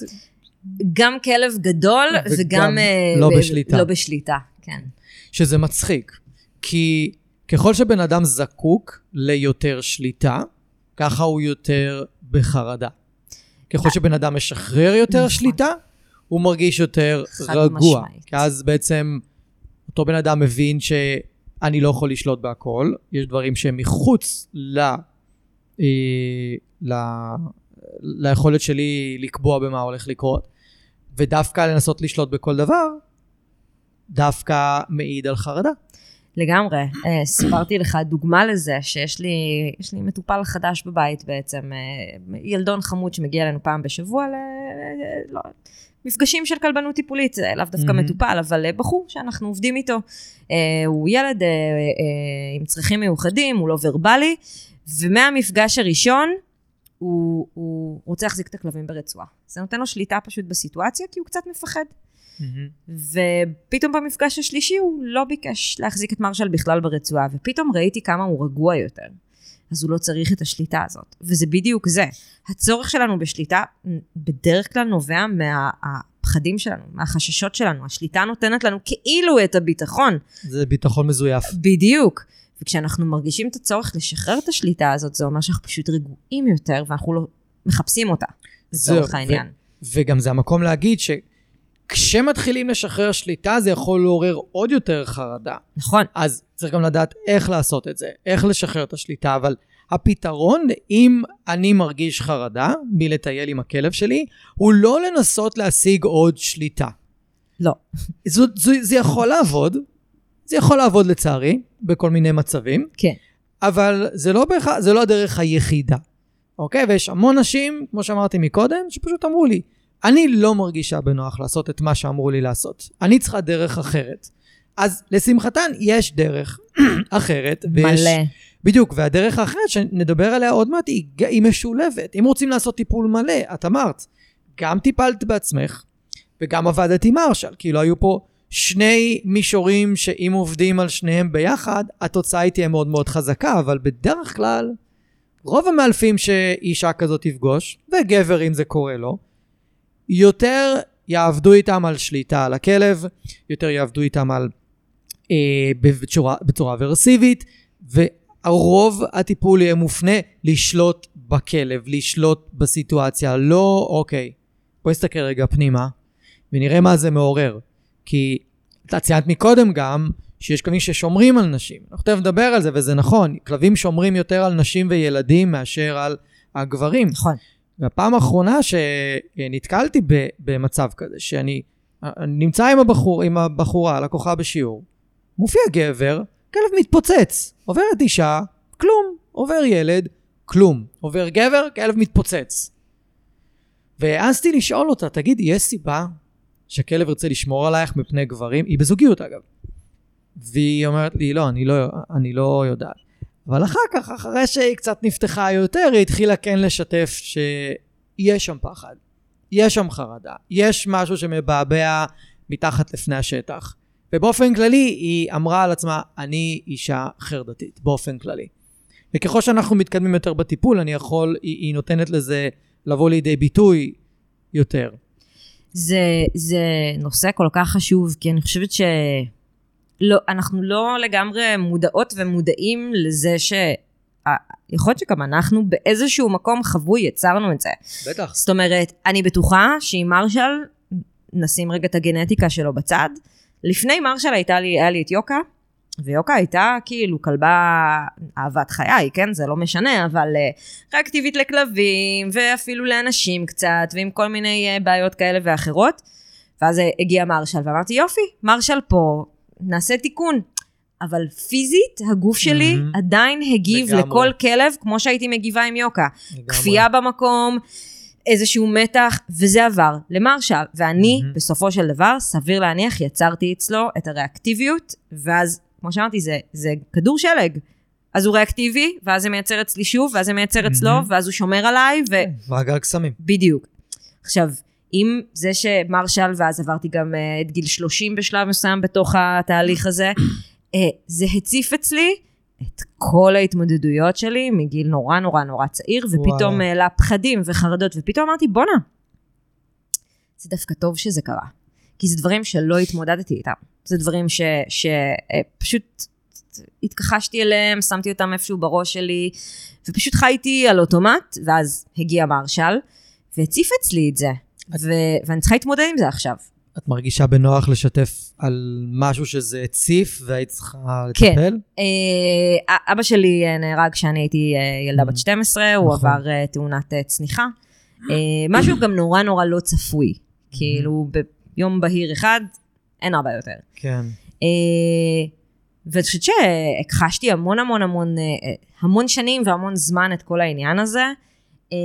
גם כלב גדול וגם, וגם אה, לא ב- בשליטה. לא בשליטה, כן. שזה מצחיק, כי ככל שבן אדם זקוק ליותר שליטה, ככה הוא יותר בחרדה. ככל שבן אדם משחרר יותר נכון. שליטה, הוא מרגיש יותר רגוע. משמעית. כי אז בעצם אותו בן אדם מבין ש... אני לא יכול לשלוט בהכל, יש דברים שהם מחוץ ל, אה, ל, ליכולת שלי לקבוע במה הולך לקרות, ודווקא לנסות לשלוט בכל דבר, דווקא מעיד על חרדה. לגמרי, אה, סיפרתי לך דוגמה לזה, שיש לי, יש לי מטופל חדש בבית בעצם, אה, ילדון חמוד שמגיע לנו פעם בשבוע, ל, לא, מפגשים של כלבנות טיפולית, לאו דווקא mm-hmm. מטופל, אבל בחור שאנחנו עובדים איתו, אה, הוא ילד אה, אה, עם צרכים מיוחדים, הוא לא ורבלי, ומהמפגש הראשון, הוא, הוא רוצה להחזיק את הכלבים ברצועה. זה נותן לו שליטה פשוט בסיטואציה, כי הוא קצת מפחד. Mm-hmm. ופתאום במפגש השלישי, הוא לא ביקש להחזיק את מרשל בכלל ברצועה, ופתאום ראיתי כמה הוא רגוע יותר. אז הוא לא צריך את השליטה הזאת. וזה בדיוק זה. הצורך שלנו בשליטה בדרך כלל נובע מהפחדים שלנו, מהחששות שלנו. השליטה נותנת לנו כאילו את הביטחון. זה ביטחון מזויף. בדיוק. וכשאנחנו מרגישים את הצורך לשחרר את השליטה הזאת, זה אומר שאנחנו פשוט רגועים יותר, ואנחנו לא מחפשים אותה. לצורך העניין. ו- וגם זה המקום להגיד ש... כשמתחילים לשחרר שליטה, זה יכול לעורר עוד יותר חרדה. נכון. אז צריך גם לדעת איך לעשות את זה, איך לשחרר את השליטה, אבל הפתרון, אם אני מרגיש חרדה, מלטייל עם הכלב שלי, הוא לא לנסות להשיג עוד שליטה. לא. זה, זה, זה יכול לעבוד, זה יכול לעבוד לצערי, בכל מיני מצבים. כן. אבל זה לא, בח... זה לא הדרך היחידה. אוקיי? ויש המון נשים, כמו שאמרתי מקודם, שפשוט אמרו לי, אני לא מרגישה בנוח לעשות את מה שאמרו לי לעשות. אני צריכה דרך אחרת. אז לשמחתן יש דרך אחרת. מלא. בדיוק, והדרך האחרת שנדבר עליה עוד מעט היא, היא משולבת. אם רוצים לעשות טיפול מלא, את אמרת, גם טיפלת בעצמך, וגם עבדת עם מרשל, כאילו היו פה שני מישורים שאם עובדים על שניהם ביחד, התוצאה היא תהיה מאוד מאוד חזקה, אבל בדרך כלל, רוב המאלפים שאישה כזאת תפגוש, וגבר אם זה קורה לו, יותר יעבדו איתם על שליטה על הכלב, יותר יעבדו איתם על אה, בצורה, בצורה אברסיבית, והרוב הטיפול יהיה מופנה לשלוט בכלב, לשלוט בסיטואציה, לא אוקיי, בוא נסתכל רגע פנימה, ונראה מה זה מעורר, כי אתה ציינת מקודם גם, שיש כלבים ששומרים על נשים, אנחנו תכף נדבר על זה וזה נכון, כלבים שומרים יותר על נשים וילדים מאשר על הגברים. נכון. והפעם האחרונה שנתקלתי במצב כזה, שאני נמצא עם הבחור, עם הבחורה, לקוחה בשיעור, מופיע גבר, כלב מתפוצץ, עוברת אישה, כלום, עובר ילד, כלום, עובר גבר, כלב מתפוצץ. והעזתי לשאול אותה, תגיד, יש סיבה שכלב ירצה לשמור עלייך מפני גברים? היא בזוגיות אגב. והיא אומרת לי, לא, אני לא, אני לא יודעת. אבל אחר כך, אחרי שהיא קצת נפתחה יותר, היא התחילה כן לשתף שיש שם פחד, יש שם חרדה, יש משהו שמבעבע מתחת לפני השטח. ובאופן כללי היא אמרה על עצמה, אני אישה חרדתית, באופן כללי. וככל שאנחנו מתקדמים יותר בטיפול, אני יכול, היא, היא נותנת לזה לבוא לידי ביטוי יותר. זה, זה נושא כל כך חשוב, כי אני חושבת ש... לא, אנחנו לא לגמרי מודעות ומודעים לזה ש... יכול להיות שגם אנחנו באיזשהו מקום חבוי יצרנו את זה. בטח. זאת אומרת, אני בטוחה שעם מרשל, נשים רגע את הגנטיקה שלו בצד, לפני מרשל הייתה לי, היה לי את יוקה, ויוקה הייתה כאילו כלבה אהבת חיי, כן? זה לא משנה, אבל ריאקטיבית לכלבים, ואפילו לאנשים קצת, ועם כל מיני בעיות כאלה ואחרות. ואז הגיע מרשל, ואמרתי, יופי, מרשל פה, נעשה תיקון. אבל פיזית, הגוף שלי mm-hmm. עדיין הגיב לגמרי. לכל כלב, כמו שהייתי מגיבה עם יוקה. לגמרי. כפייה במקום, איזשהו מתח, וזה עבר למרשל. ואני, mm-hmm. בסופו של דבר, סביר להניח, יצרתי אצלו את הריאקטיביות, ואז, כמו שאמרתי, זה, זה כדור שלג. אז הוא ריאקטיבי, ואז זה מייצר אצלי שוב, ואז זה מייצר אצלו, mm-hmm. ואז הוא שומר עליי, ו... ועגל קסמים. בדיוק. עכשיו, עם זה שמרשל, ואז עברתי גם את גיל שלושים בשלב מסוים בתוך התהליך הזה, זה הציף אצלי את כל ההתמודדויות שלי מגיל נורא נורא נורא צעיר, ופתאום העלה פחדים וחרדות, ופתאום אמרתי, בונה, זה דווקא טוב שזה קרה, כי זה דברים שלא התמודדתי איתם, זה דברים ש, שפשוט התכחשתי אליהם, שמתי אותם איפשהו בראש שלי, ופשוט חייתי על אוטומט, ואז הגיע מרשל, והציף אצלי את זה, ו, ואני צריכה להתמודד עם זה עכשיו. את מרגישה בנוח לשתף על משהו שזה הציף והיית צריכה לטפל? כן. אה, אבא שלי נהרג כשאני הייתי ילדה בת שתים עשרה, הוא עבר תאונת צניחה. אה, משהו גם נורא נורא לא צפוי. כאילו ביום בהיר אחד, אין הרבה יותר. כן. אה, ואני חושבת שהכחשתי המון המון המון, המון שנים והמון זמן את כל העניין הזה. אה,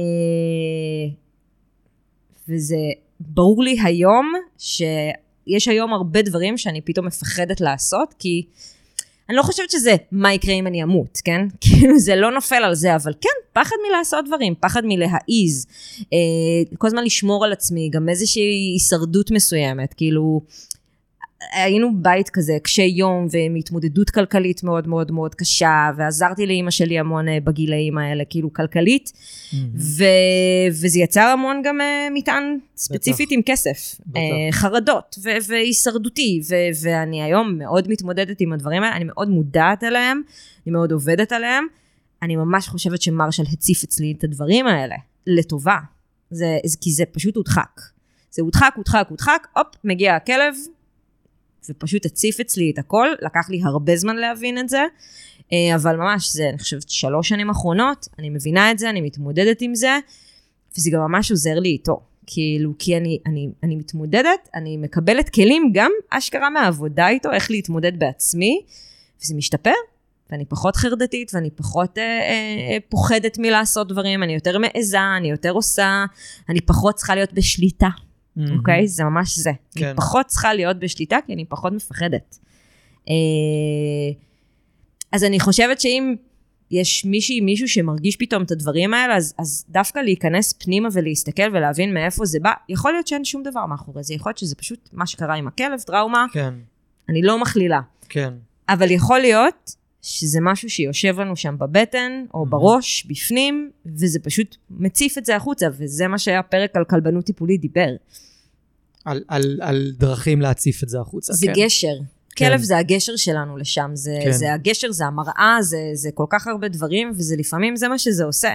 וזה... ברור לי היום שיש היום הרבה דברים שאני פתאום מפחדת לעשות, כי אני לא חושבת שזה מה יקרה אם אני אמות, כן? כאילו זה לא נופל על זה, אבל כן, פחד מלעשות דברים, פחד מלהעיז, אה, כל הזמן לשמור על עצמי, גם איזושהי הישרדות מסוימת, כאילו היינו בית כזה, קשי יום ומתמודדות כלכלית מאוד מאוד מאוד קשה, ועזרתי לאמא שלי המון בגילאים האלה, כאילו כלכלית, mm-hmm. ו- וזה יצר המון גם uh, מטען ספציפית בטח. עם כסף, uh, חרדות ו- והישרדותי, ו- ואני היום מאוד מתמודדת עם הדברים האלה, אני מאוד מודעת אליהם, אני מאוד עובדת עליהם, אני ממש חושבת שמרשל הציף אצלי את הדברים האלה, לטובה, זה, כי זה פשוט הודחק, זה הודחק, הודחק, הודחק, הופ, מגיע הכלב, ופשוט הציף אצלי את הכל, לקח לי הרבה זמן להבין את זה, אבל ממש זה, אני חושבת, שלוש שנים אחרונות, אני מבינה את זה, אני מתמודדת עם זה, וזה גם ממש עוזר לי איתו, כאילו, כי אני, אני, אני מתמודדת, אני מקבלת כלים גם אשכרה מהעבודה איתו, איך להתמודד בעצמי, וזה משתפר, ואני פחות חרדתית, ואני פחות אה, אה, פוחדת מלעשות דברים, אני יותר מעזה, אני יותר עושה, אני פחות צריכה להיות בשליטה, אוקיי? זה ממש זה. אני פחות צריכה להיות בשליטה, כי אני פחות מפחדת. אז אני חושבת שאם יש מישהי, מישהו שמרגיש פתאום את הדברים האלה, אז, אז דווקא להיכנס פנימה ולהסתכל ולהבין מאיפה זה בא, יכול להיות שאין שום דבר מאחורי זה, יכול להיות שזה פשוט מה שקרה עם הכלב, טראומה, כן. אני לא מכלילה. כן. אבל יכול להיות שזה משהו שיושב לנו שם בבטן, או בראש, בפנים, וזה פשוט מציף את זה החוצה, וזה מה שהפרק על כלבנות טיפולית דיבר. על, על, על דרכים להציף את זה החוצה. זה כן. גשר. כלב זה הגשר שלנו לשם, זה, כן. זה הגשר, זה המראה, זה, זה כל כך הרבה דברים, וזה לפעמים זה מה שזה עושה.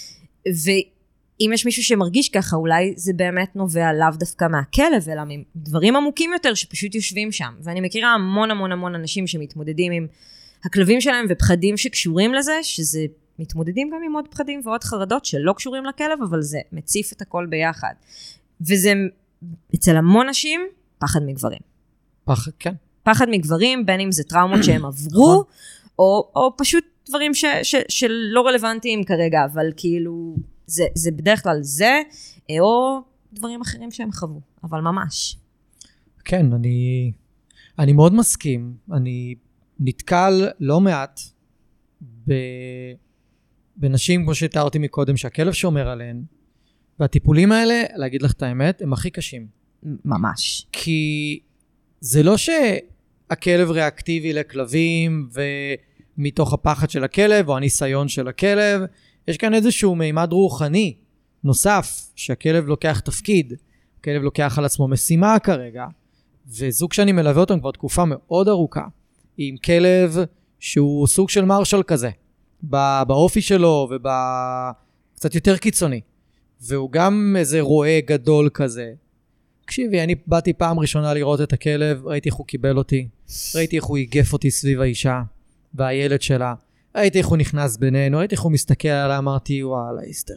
ואם יש מישהו שמרגיש ככה, אולי זה באמת נובע לאו דווקא מהכלב, אלא מדברים עמוקים יותר שפשוט יושבים שם. ואני מכירה המון המון המון אנשים שמתמודדים עם הכלבים שלהם ופחדים שקשורים לזה, שזה מתמודדים גם עם עוד פחדים ועוד חרדות שלא קשורים לכלב, אבל זה מציף את הכל ביחד. וזה אצל המון נשים פחד מגברים. פחד, כן. פחד מגברים, בין אם זה טראומות שהם עברו, או, או פשוט דברים ש, ש, שלא רלוונטיים כרגע, אבל כאילו, זה, זה בדרך כלל זה, או דברים אחרים שהם חוו, אבל ממש. כן, אני, אני מאוד מסכים. אני נתקל לא מעט ב, בנשים, כמו שתיארתי מקודם, שהכלב שומר עליהן, והטיפולים האלה, להגיד לך את האמת, הם הכי קשים. ממש. כי זה לא שהכלב ריאקטיבי לכלבים, ומתוך הפחד של הכלב, או הניסיון של הכלב, יש כאן איזשהו מימד רוחני נוסף, שהכלב לוקח תפקיד, הכלב לוקח על עצמו משימה כרגע, וזוג שאני מלווה אותם כבר תקופה מאוד ארוכה, עם כלב שהוא סוג של מרשל כזה, באופי שלו, ובקצת יותר קיצוני, והוא גם איזה רועה גדול כזה. תקשיבי, אני באתי פעם ראשונה לראות את הכלב, ראיתי איך הוא קיבל אותי, ראיתי איך הוא היגף אותי סביב האישה והילד שלה, ראיתי איך הוא נכנס בינינו, ראיתי איך הוא מסתכל עליי, אמרתי, וואלה, איסטר.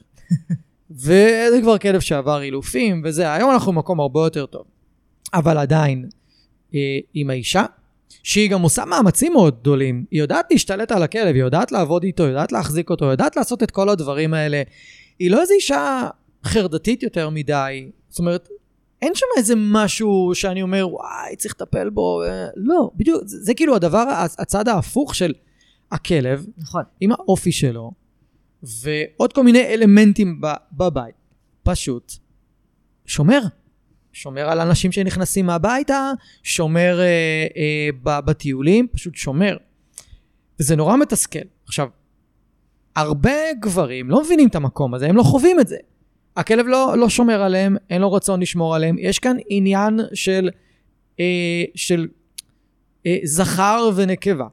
וזה כבר כלב שעבר אילופים, וזה, היום אנחנו במקום הרבה יותר טוב. אבל עדיין, אה, עם האישה, שהיא גם עושה מאמצים מאוד גדולים, היא יודעת להשתלט על הכלב, היא יודעת לעבוד איתו, היא יודעת להחזיק אותו, היא יודעת לעשות את כל הדברים האלה. היא לא איזו אישה חרדתית יותר מדי, זאת אומרת, אין שם איזה משהו שאני אומר, וואי, צריך לטפל בו. לא, בדיוק, זה, זה כאילו הדבר, הצד ההפוך של הכלב, נכון. עם האופי שלו, ועוד כל מיני אלמנטים בבית. פשוט שומר. שומר על אנשים שנכנסים מהביתה, שומר אה, אה, בטיולים, פשוט שומר. וזה נורא מתסכל. עכשיו, הרבה גברים לא מבינים את המקום הזה, הם לא חווים את זה. הכלב לא, לא שומר עליהם, אין לו רצון לשמור עליהם. יש כאן עניין של, אה, של אה, זכר ונקבה.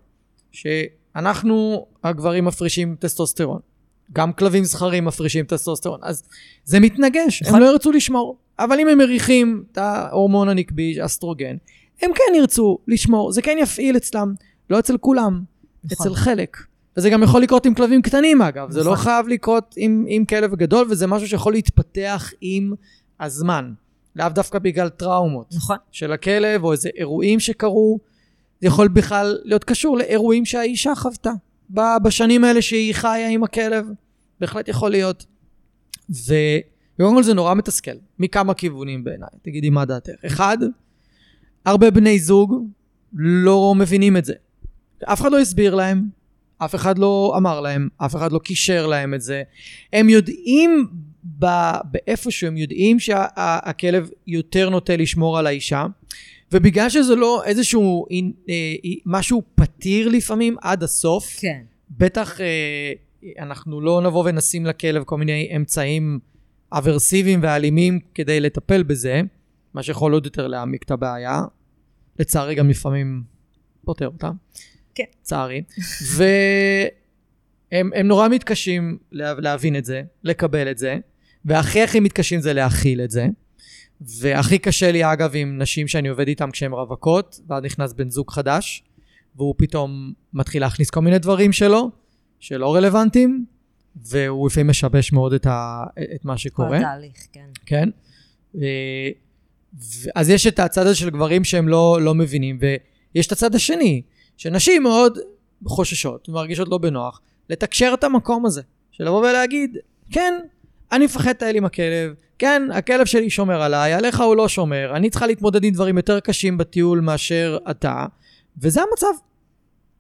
שאנחנו, הגברים מפרישים טסטוסטרון. גם כלבים זכרים מפרישים טסטוסטרון. אז זה מתנגש, הם לא ירצו לשמור. אבל אם הם מריחים את ההורמון הנקבי, אסטרוגן, הם כן ירצו לשמור. זה כן יפעיל אצלם, לא אצל כולם, אצל חלק. וזה גם יכול לקרות עם כלבים קטנים אגב, זה לא חייב לקרות עם, עם כלב גדול, וזה משהו שיכול להתפתח עם הזמן, לאו דווקא בגלל טראומות נכון. של הכלב, או איזה אירועים שקרו, זה יכול בכלל להיות קשור לאירועים שהאישה חוותה, בשנים האלה שהיא חיה עם הכלב, בהחלט יכול להיות, וגם כל זה נורא מתסכל, מכמה כיוונים בעיניי, תגידי מה דעתך. אחד, הרבה בני זוג לא מבינים את זה, אף אחד לא הסביר להם, אף אחד לא אמר להם, אף אחד לא קישר להם את זה. הם יודעים באיפשהו, הם יודעים שהכלב יותר נוטה לשמור על האישה, ובגלל שזה לא איזשהו משהו פתיר לפעמים עד הסוף, כן. בטח אנחנו לא נבוא ונשים לכלב כל מיני אמצעים אברסיביים ואלימים כדי לטפל בזה, מה שיכול עוד יותר להעמיק את הבעיה, לצערי גם לפעמים פותר אותה. כן. צערי. והם הם נורא מתקשים לה, להבין את זה, לקבל את זה, והכי הכי מתקשים זה להכיל את זה, והכי קשה לי אגב עם נשים שאני עובד איתם כשהן רווקות, ואז נכנס בן זוג חדש, והוא פתאום מתחיל להכניס כל מיני דברים שלו, שלא רלוונטיים, והוא לפעמים משבש מאוד את, ה, את מה שקורה. כל התהליך, כן. כן. ו, אז יש את הצד הזה של גברים שהם לא, לא מבינים, ויש את הצד השני, שנשים מאוד חוששות ומרגישות לא בנוח, לתקשר את המקום הזה, של לבוא ולהגיד, כן, אני מפחד טייל עם הכלב, כן, הכלב שלי שומר עליי, עליך הוא לא שומר, אני צריכה להתמודד עם דברים יותר קשים בטיול מאשר אתה, וזה המצב.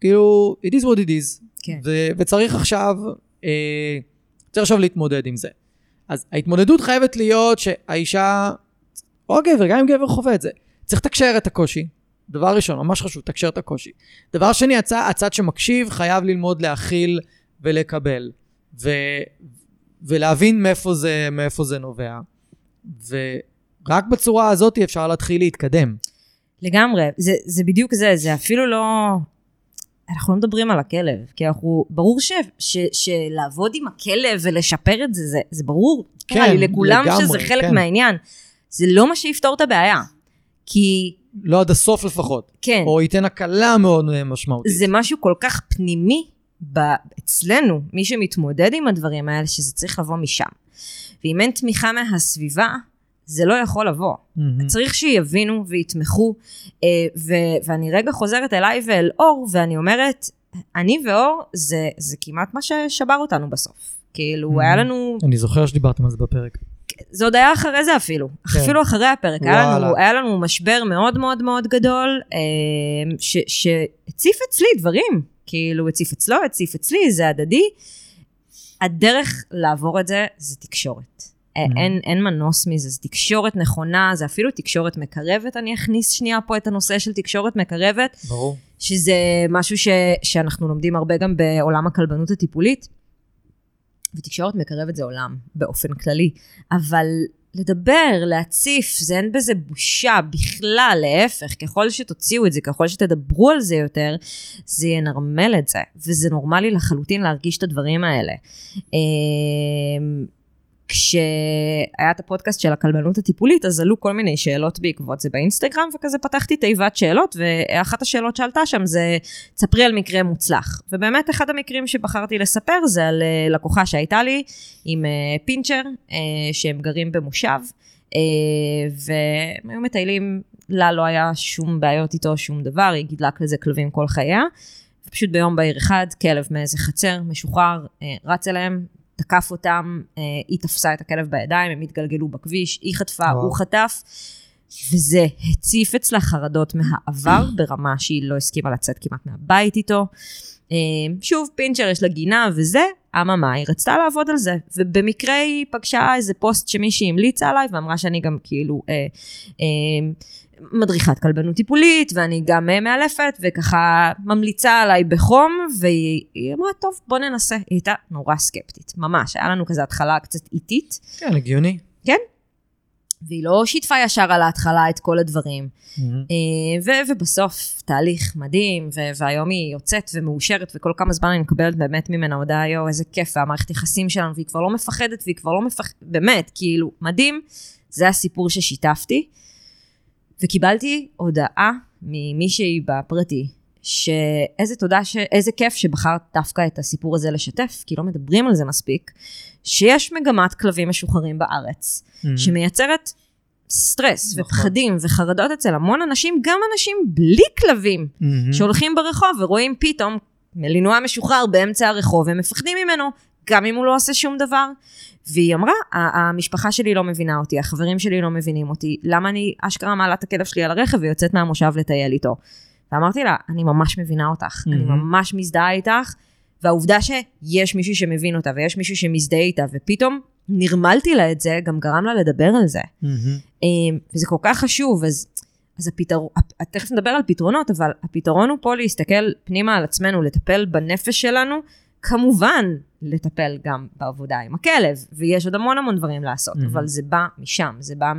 כאילו, it is what it is. כן. ו- וצריך עכשיו, אה, צריך עכשיו להתמודד עם זה. אז ההתמודדות חייבת להיות שהאישה, או הגבר, גם אם גבר חווה את זה, צריך לתקשר את הקושי. דבר ראשון, ממש חשוב, תקשר את הקושי. דבר שני, הצד, הצד שמקשיב חייב ללמוד להכיל ולקבל. ו... ולהבין מאיפה זה, מאיפה זה נובע. ורק בצורה הזאת אפשר להתחיל להתקדם. לגמרי, זה, זה בדיוק זה, זה אפילו לא, אנחנו לא מדברים על הכלב, כי אנחנו, ברור ש, ש, שלעבוד עם הכלב ולשפר את זה, זה, זה ברור, כן, לי, לכולם לגמרי, שזה חלק כן. מהעניין. זה לא מה שיפתור את הבעיה, כי... לא עד הסוף לפחות. כן. או ייתן הקלה מאוד משמעותית. זה משהו כל כך פנימי אצלנו, מי שמתמודד עם הדברים האלה, שזה צריך לבוא משם. ואם אין תמיכה מהסביבה, זה לא יכול לבוא. Mm-hmm. צריך שיבינו ויתמכו, ו- ואני רגע חוזרת אליי ואל אור, ואני אומרת, אני ואור, זה, זה כמעט מה ששבר אותנו בסוף. כאילו, mm-hmm. היה לנו... אני זוכר שדיברתם על זה בפרק. זה עוד היה אחרי זה אפילו. כן. אפילו אחרי הפרק. היה לנו, היה לנו משבר מאוד מאוד מאוד גדול, ש- שהציף אצלי דברים. כאילו, הציף אצלו, הציף אצלי, זה הדדי. הדרך לעבור את זה, זה תקשורת. אין, אין מנוס מזה, זה תקשורת נכונה, זה אפילו תקשורת מקרבת, אני אכניס שנייה פה את הנושא של תקשורת מקרבת. ברור. שזה משהו ש, שאנחנו לומדים הרבה גם בעולם הכלבנות הטיפולית, ותקשורת מקרבת זה עולם, באופן כללי. אבל לדבר, להציף, זה אין בזה בושה בכלל, להפך, ככל שתוציאו את זה, ככל שתדברו על זה יותר, זה ינרמל את זה, וזה נורמלי לחלוטין להרגיש את הדברים האלה. כשהיה את הפודקאסט של הכלבנות הטיפולית, אז עלו כל מיני שאלות בעקבות זה באינסטגרם, וכזה פתחתי תיבת שאלות, ואחת השאלות שעלתה שם זה, תספרי על מקרה מוצלח. ובאמת אחד המקרים שבחרתי לספר, זה על לקוחה שהייתה לי, עם פינצ'ר, שהם גרים במושב, והם היו מטיילים, לה לא היה שום בעיות איתו, שום דבר, היא גידלה לזה כלבים כל חייה, ופשוט ביום בהיר אחד, כלב מאיזה חצר, משוחרר, רץ אליהם, תקף אותם, היא תפסה את הכלב בידיים, הם התגלגלו בכביש, היא חטפה, וואו. הוא חטף, וזה הציף אצלה חרדות מהעבר, ברמה שהיא לא הסכימה לצאת כמעט מהבית איתו. שוב, פינצ'ר יש לה גינה וזה, אממה, היא רצתה לעבוד על זה, ובמקרה היא פגשה איזה פוסט שמישהי המליצה עליי, ואמרה שאני גם כאילו אה, אה, מדריכת כלבנות טיפולית, ואני גם מאלפת, וככה ממליצה עליי בחום, והיא אמרה, טוב, בוא ננסה. היא הייתה נורא סקפטית, ממש. היה לנו כזה התחלה קצת איטית. כן, הגיוני. כן. והיא לא שיתפה ישר על ההתחלה את כל הדברים. Mm-hmm. ו- ובסוף, תהליך מדהים, ו- והיום היא יוצאת ומאושרת, וכל כמה זמן אני מקבלת באמת ממנה הודעה, יו, איזה כיף, והמערכת יחסים שלנו, והיא כבר לא מפחדת, והיא כבר לא מפחדת, באמת, כאילו, מדהים. זה הסיפור ששיתפתי. וקיבלתי הודעה ממישהי בפרטי, שאיזה תודה, ש... איזה כיף שבחרת דווקא את הסיפור הזה לשתף, כי לא מדברים על זה מספיק, שיש מגמת כלבים משוחררים בארץ, mm-hmm. שמייצרת סטרס נכון. ופחדים וחרדות אצל המון אנשים, גם אנשים בלי כלבים, mm-hmm. שהולכים ברחוב ורואים פתאום מלינוע משוחרר באמצע הרחוב, והם מפחדים ממנו, גם אם הוא לא עושה שום דבר. והיא אמרה, המשפחה שלי לא מבינה אותי, החברים שלי לא מבינים אותי, למה אני אשכרה מעלה את הכלב שלי על הרכב ויוצאת מהמושב לטייל איתו? ואמרתי לה, אני ממש מבינה אותך, mm-hmm. אני ממש מזדהה איתך, והעובדה שיש מישהו שמבין אותה, ויש מישהו שמזדהה איתה, ופתאום נרמלתי לה את זה, גם גרם לה לדבר על זה. Mm-hmm. וזה כל כך חשוב, אז, אז הפתרון, תכף נדבר על פתרונות, אבל הפתרון הוא פה להסתכל פנימה על עצמנו, לטפל בנפש שלנו, כמובן לטפל גם בעבודה עם הכלב, ויש עוד המון המון דברים לעשות, mm-hmm. אבל זה בא משם, זה בא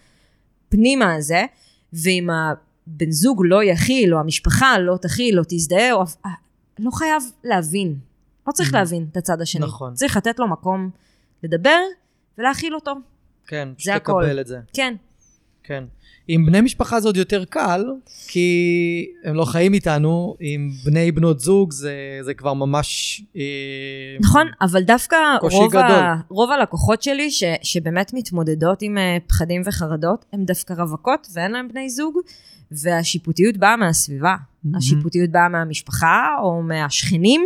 מהפנימה הזה, ואם הבן זוג לא יכיל, או המשפחה לא תכיל, לא תזדהה, או... לא חייב להבין, לא צריך mm-hmm. להבין את הצד השני, נכון. צריך לתת לו מקום לדבר, ולהכיל אותו. כן, זה הכל. שתקבל את זה. כן. כן. עם בני משפחה זה עוד יותר קל, כי הם לא חיים איתנו, עם בני בנות זוג זה, זה כבר ממש... נכון, אבל דווקא רוב, ה, רוב הלקוחות שלי, ש, שבאמת מתמודדות עם פחדים וחרדות, הם דווקא רווקות ואין להם בני זוג, והשיפוטיות באה מהסביבה. Mm-hmm. השיפוטיות באה מהמשפחה, או מהשכנים,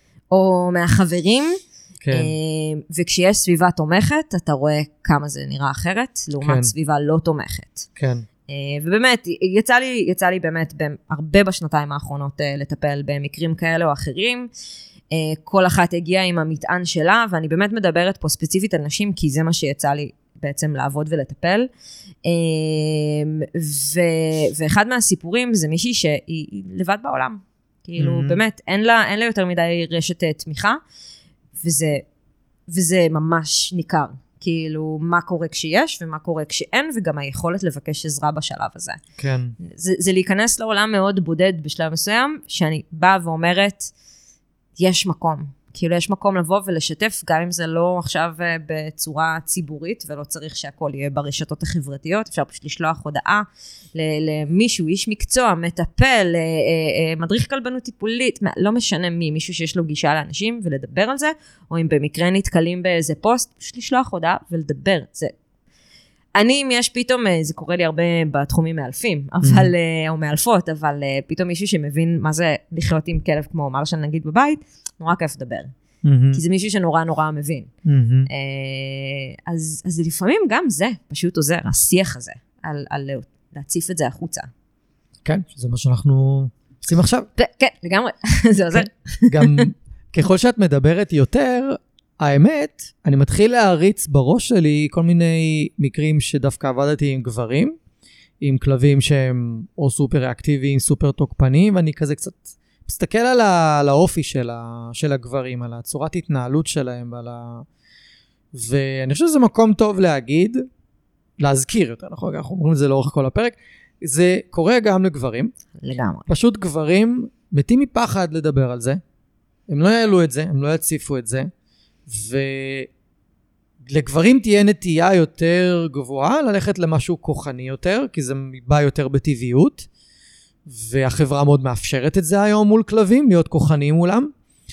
או מהחברים, כן. וכשיש סביבה תומכת, אתה רואה כמה זה נראה אחרת, לעומת כן. סביבה לא תומכת. כן. ובאמת, יצא לי, יצא לי באמת הרבה בשנתיים האחרונות לטפל במקרים כאלה או אחרים, כל אחת הגיעה עם המטען שלה, ואני באמת מדברת פה ספציפית על נשים, כי זה מה שיצא לי בעצם לעבוד ולטפל. ו, ואחד מהסיפורים זה מישהי שהיא לבד בעולם. כאילו, mm-hmm. באמת, אין לה, אין לה יותר מדי רשת תמיכה, וזה, וזה ממש ניכר. כאילו, מה קורה כשיש ומה קורה כשאין, וגם היכולת לבקש עזרה בשלב הזה. כן. זה, זה להיכנס לעולם מאוד בודד בשלב מסוים, שאני באה ואומרת, יש מקום. כאילו, יש מקום לבוא ולשתף, גם אם זה לא עכשיו בצורה ציבורית, ולא צריך שהכל יהיה ברשתות החברתיות, אפשר פשוט לשלוח הודעה למישהו, איש מקצוע, מטפל, מדריך כלבנות טיפולית, לא משנה מי, מישהו שיש לו גישה לאנשים, ולדבר על זה, או אם במקרה נתקלים באיזה פוסט, פשוט לשלוח הודעה ולדבר. זה... אני, אם יש פתאום, זה קורה לי הרבה בתחומים מאלפים, אבל, או מאלפות, אבל פתאום מישהו שמבין מה זה לחיות עם כלב כמו מרשל נגיד בבית, נורא כיף לדבר. Mm-hmm. כי זה מישהו שנורא נורא מבין. Mm-hmm. אז, אז לפעמים גם זה פשוט עוזר, השיח הזה, על, על להציף את זה החוצה. כן, זה מה שאנחנו עושים עכשיו. כן, לגמרי, זה עוזר. גם ככל שאת מדברת יותר, האמת, אני מתחיל להריץ בראש שלי כל מיני מקרים שדווקא עבדתי עם גברים, עם כלבים שהם או סופר ריאקטיביים, סופר תוקפניים, ואני כזה קצת מסתכל על, ה, על האופי של, ה, של הגברים, על הצורת התנהלות שלהם, ועל ה... ואני חושב שזה מקום טוב להגיד, להזכיר יותר, נכון? אנחנו אומרים את זה לאורך כל הפרק, זה קורה גם לגברים. לגמרי. פשוט גברים מתים מפחד לדבר על זה, הם לא יעלו את זה, הם לא יציפו את זה, ולגברים תהיה נטייה יותר גבוהה ללכת למשהו כוחני יותר, כי זה בא יותר בטבעיות, והחברה מאוד מאפשרת את זה היום מול כלבים, להיות כוחניים מולם,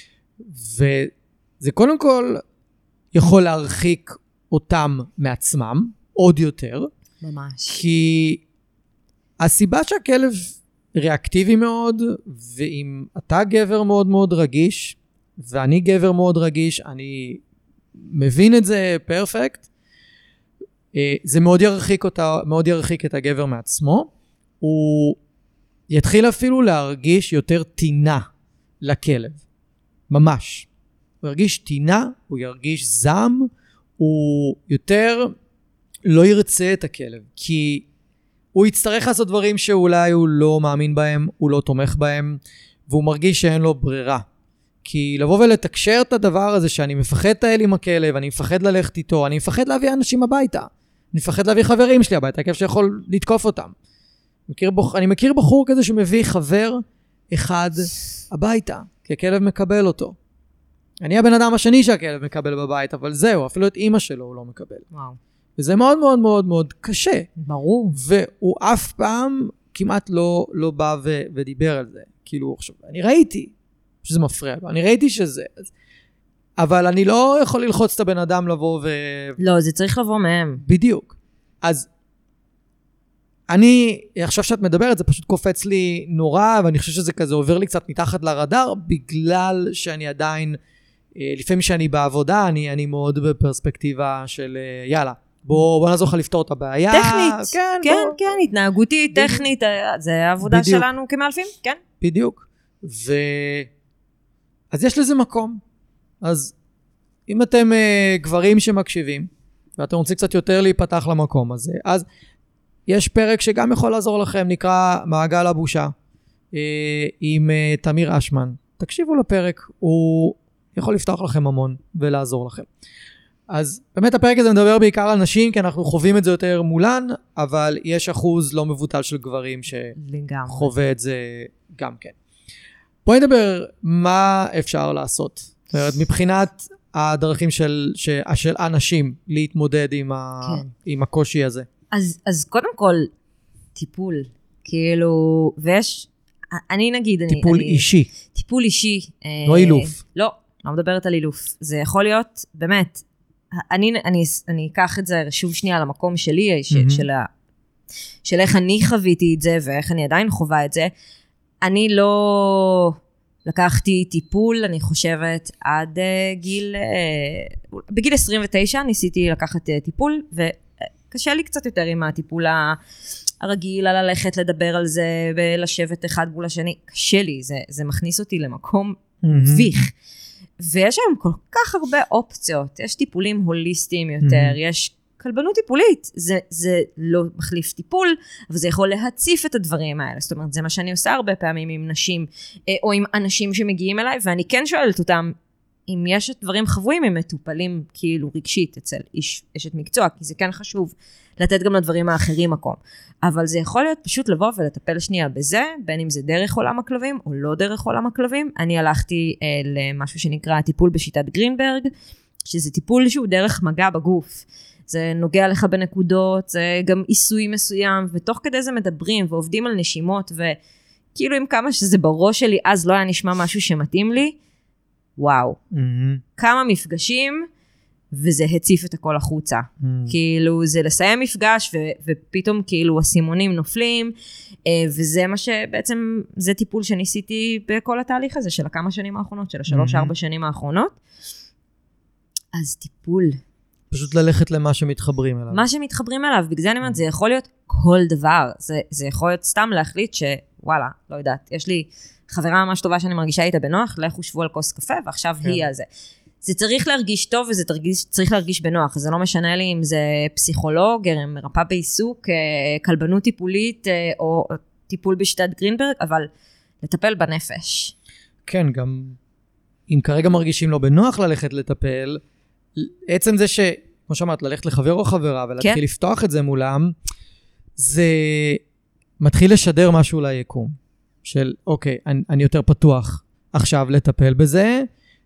וזה קודם כל יכול להרחיק אותם מעצמם, עוד יותר. ממש. כי הסיבה שהכלב ריאקטיבי מאוד, ואם אתה גבר מאוד מאוד רגיש, ואני גבר מאוד רגיש, אני מבין את זה פרפקט, זה מאוד ירחיק אותה, מאוד ירחיק את הגבר מעצמו, הוא יתחיל אפילו להרגיש יותר טינה לכלב, ממש. הוא ירגיש טינה, הוא ירגיש זעם, הוא יותר לא ירצה את הכלב, כי הוא יצטרך לעשות דברים שאולי הוא לא מאמין בהם, הוא לא תומך בהם, והוא מרגיש שאין לו ברירה. כי לבוא ולתקשר את הדבר הזה שאני מפחד לטייל עם הכלב, אני מפחד ללכת איתו, אני מפחד להביא אנשים הביתה, אני מפחד להביא חברים שלי הביתה, הכלב שיכול לתקוף אותם. מכיר בוח... אני מכיר בחור כזה שמביא חבר אחד הביתה, כי הכלב מקבל אותו. אני הבן אדם השני שהכלב מקבל בבית, אבל זהו, אפילו את אמא שלו הוא לא מקבל. וואו. וזה מאוד מאוד מאוד מאוד קשה. ברור. והוא אף פעם כמעט לא, לא בא ו... ודיבר על זה. כאילו, עכשיו, אני ראיתי שזה מפריע לו, אני ראיתי שזה, אבל אני לא יכול ללחוץ את הבן אדם לבוא ו... לא, זה צריך לבוא מהם. בדיוק. אז אני, עכשיו שאת מדברת, זה פשוט קופץ לי נורא, ואני חושב שזה כזה עובר לי קצת מתחת לרדאר, בגלל שאני עדיין, לפעמים שאני בעבודה, אני, אני מאוד בפרספקטיבה של יאללה, בוא, בוא נעזור לך לפתור את הבעיה. טכנית, כן, כן, בוא. כן, התנהגותית, טכנית, זה העבודה בדיוק. שלנו כמאלפים, כן. בדיוק. ו... אז יש לזה מקום. אז אם אתם uh, גברים שמקשיבים, ואתם רוצים קצת יותר להיפתח למקום הזה, אז יש פרק שגם יכול לעזור לכם, נקרא מעגל הבושה, uh, עם uh, תמיר אשמן. תקשיבו לפרק, הוא יכול לפתוח לכם המון ולעזור לכם. אז באמת הפרק הזה מדבר בעיקר על נשים, כי אנחנו חווים את זה יותר מולן, אבל יש אחוז לא מבוטל של גברים שחווה את זה גם כן. בואי נדבר מה אפשר לעשות. זאת אומרת, מבחינת הדרכים של, של, של אנשים להתמודד עם, ה, כן. עם הקושי הזה. אז, אז קודם כל, טיפול. כאילו, ויש, אני נגיד... טיפול אני, אישי. טיפול אישי. לא אילוף. לא, לא מדברת על אילוף. זה יכול להיות, באמת, אני, אני, אני אקח את זה שוב שנייה למקום שלי, ש, mm-hmm. של, ה, של איך אני חוויתי את זה, ואיך אני עדיין חווה את זה. אני לא לקחתי טיפול, אני חושבת, עד uh, גיל, uh, בגיל עשרים ותשע ניסיתי לקחת uh, טיפול, וקשה לי קצת יותר עם הטיפול הרגיל, על ללכת לדבר על זה, ולשבת אחד מול השני, קשה לי, זה, זה מכניס אותי למקום מביך. ויש היום כל כך הרבה אופציות, יש טיפולים הוליסטיים יותר, יש כלבנות טיפולית, זה, זה לא מחליף טיפול, אבל זה יכול להציף את הדברים האלה, זאת אומרת, זה מה שאני עושה הרבה פעמים עם נשים, או עם אנשים שמגיעים אליי, ואני כן שואלת אותם, אם יש דברים חבויים, הם מטופלים כאילו רגשית אצל איש, אשת מקצוע, כי זה כן חשוב לתת גם לדברים האחרים מקום. אבל זה יכול להיות פשוט לבוא ולטפל שנייה בזה, בין אם זה דרך עולם הכלבים או לא דרך עולם הכלבים. אני הלכתי אה, למשהו שנקרא טיפול בשיטת גרינברג, שזה טיפול שהוא דרך מגע בגוף. זה נוגע לך בנקודות, זה גם עיסוי מסוים, ותוך כדי זה מדברים ועובדים על נשימות, וכאילו עם כמה שזה בראש שלי, אז לא היה נשמע משהו שמתאים לי, וואו. Mm-hmm. כמה מפגשים, וזה הציף את הכל החוצה. Mm-hmm. כאילו, זה לסיים מפגש, ו- ופתאום כאילו הסימונים נופלים, וזה מה שבעצם, זה טיפול שניסיתי בכל התהליך הזה, של הכמה שנים האחרונות, של השלוש, mm-hmm. ארבע שנים האחרונות. אז טיפול. פשוט ללכת למה שמתחברים אליו. מה שמתחברים אליו, בגלל זה אני אומרת, זה יכול להיות כל דבר. זה, זה יכול להיות סתם להחליט שוואלה, לא יודעת, יש לי חברה ממש טובה שאני מרגישה איתה בנוח, לכו שבו על כוס קפה, ועכשיו כן. היא על זה. זה צריך להרגיש טוב, וזה תרגיש, צריך להרגיש בנוח. זה לא משנה לי אם זה פסיכולוג, מרפא בעיסוק, כלבנות טיפולית, או טיפול בשיטת גרינברג, אבל לטפל בנפש. כן, גם אם כרגע מרגישים לא בנוח ללכת לטפל, עצם זה ש, כמו שאמרת, ללכת לחבר או חברה, ולהתחיל כן. לפתוח את זה מולם, זה מתחיל לשדר משהו ליקום. של, אוקיי, אני, אני יותר פתוח עכשיו לטפל בזה,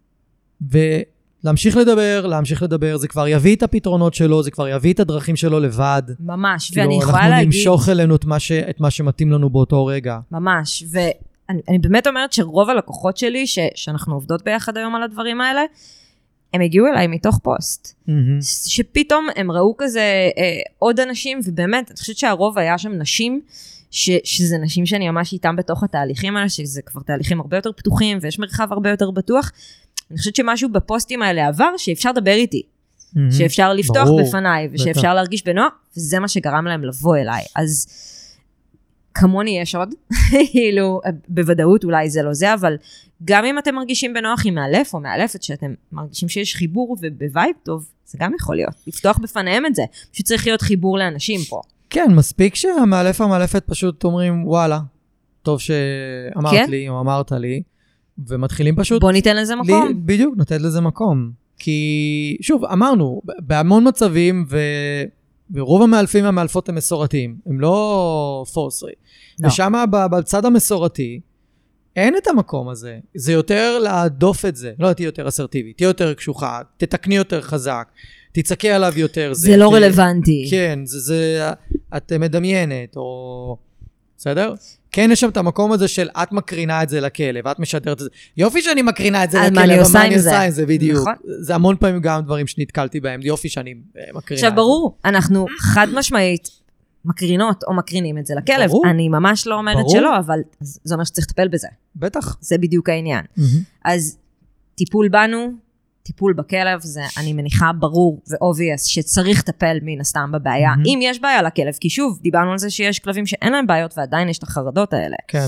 ולהמשיך לדבר, להמשיך לדבר, זה כבר יביא את הפתרונות שלו, זה כבר יביא את הדרכים שלו לבד. ממש, כאילו, ואני יכולה להגיד... אנחנו להגיד... נמשוך אלינו את מה, ש... את מה שמתאים לנו באותו רגע. ממש, ואני אני באמת אומרת שרוב הלקוחות שלי, ש... שאנחנו עובדות ביחד היום על הדברים האלה, הם הגיעו אליי מתוך פוסט. Mm-hmm. שפתאום הם ראו כזה אה, עוד אנשים, ובאמת, אני חושבת שהרוב היה שם נשים, ש, שזה נשים שאני ממש איתם בתוך התהליכים האלה, שזה כבר תהליכים הרבה יותר פתוחים, ויש מרחב הרבה יותר בטוח. אני חושבת שמשהו בפוסטים האלה עבר, שאפשר לדבר איתי, mm-hmm. שאפשר לפתוח ברור, בפניי, ושאפשר בטח. להרגיש בנוח, וזה מה שגרם להם לבוא אליי. אז כמוני יש עוד, כאילו, בוודאות אולי זה לא זה, אבל גם אם אתם מרגישים בנוח עם מאלף או מאלפת, שאתם מרגישים שיש חיבור ובווייב טוב, זה גם יכול להיות. לפתוח בפניהם את זה, שצריך להיות חיבור לאנשים פה. כן, מספיק שהמאלף המאלפת פשוט אומרים, וואלה, טוב שאמרת כן? לי או אמרת לי, ומתחילים פשוט... בוא ניתן לזה מקום. לי, בדיוק, נותן לזה מקום. כי, שוב, אמרנו, בהמון מצבים, ו... ורוב המאלפים והמאלפות הם מסורתיים, הם לא פורסרי. לא. ושם בצד המסורתי, אין את המקום הזה. זה יותר להדוף את זה. לא תהיה יותר אסרטיבי, תהיה יותר קשוחה, תתקני יותר חזק, תצעקי עליו יותר. זה, זה לא רלוונטי. כן, זה, זה, את מדמיינת, או... בסדר? כן, יש שם את המקום הזה של את מקרינה את זה לכלב, את משדרת את זה. יופי שאני מקרינה את זה לכלב, מה אני עושה עם זה? עם זה, בדיוק. נכון. זה המון פעמים גם דברים שנתקלתי בהם, יופי שאני מקרינה את זה. עכשיו, ברור, אנחנו חד משמעית מקרינות או מקרינים את זה לכלב. ברור. אני ממש לא אומרת ברור. שלא, אבל זה אומר שצריך לטפל בזה. בטח. זה בדיוק העניין. Mm-hmm. אז טיפול בנו, טיפול בכלב, זה אני מניחה ברור ו-obvious שצריך לטפל מן הסתם בבעיה. Mm-hmm. אם יש בעיה לכלב, כי שוב, דיברנו על זה שיש כלבים שאין להם בעיות, ועדיין יש את החרדות האלה. כן.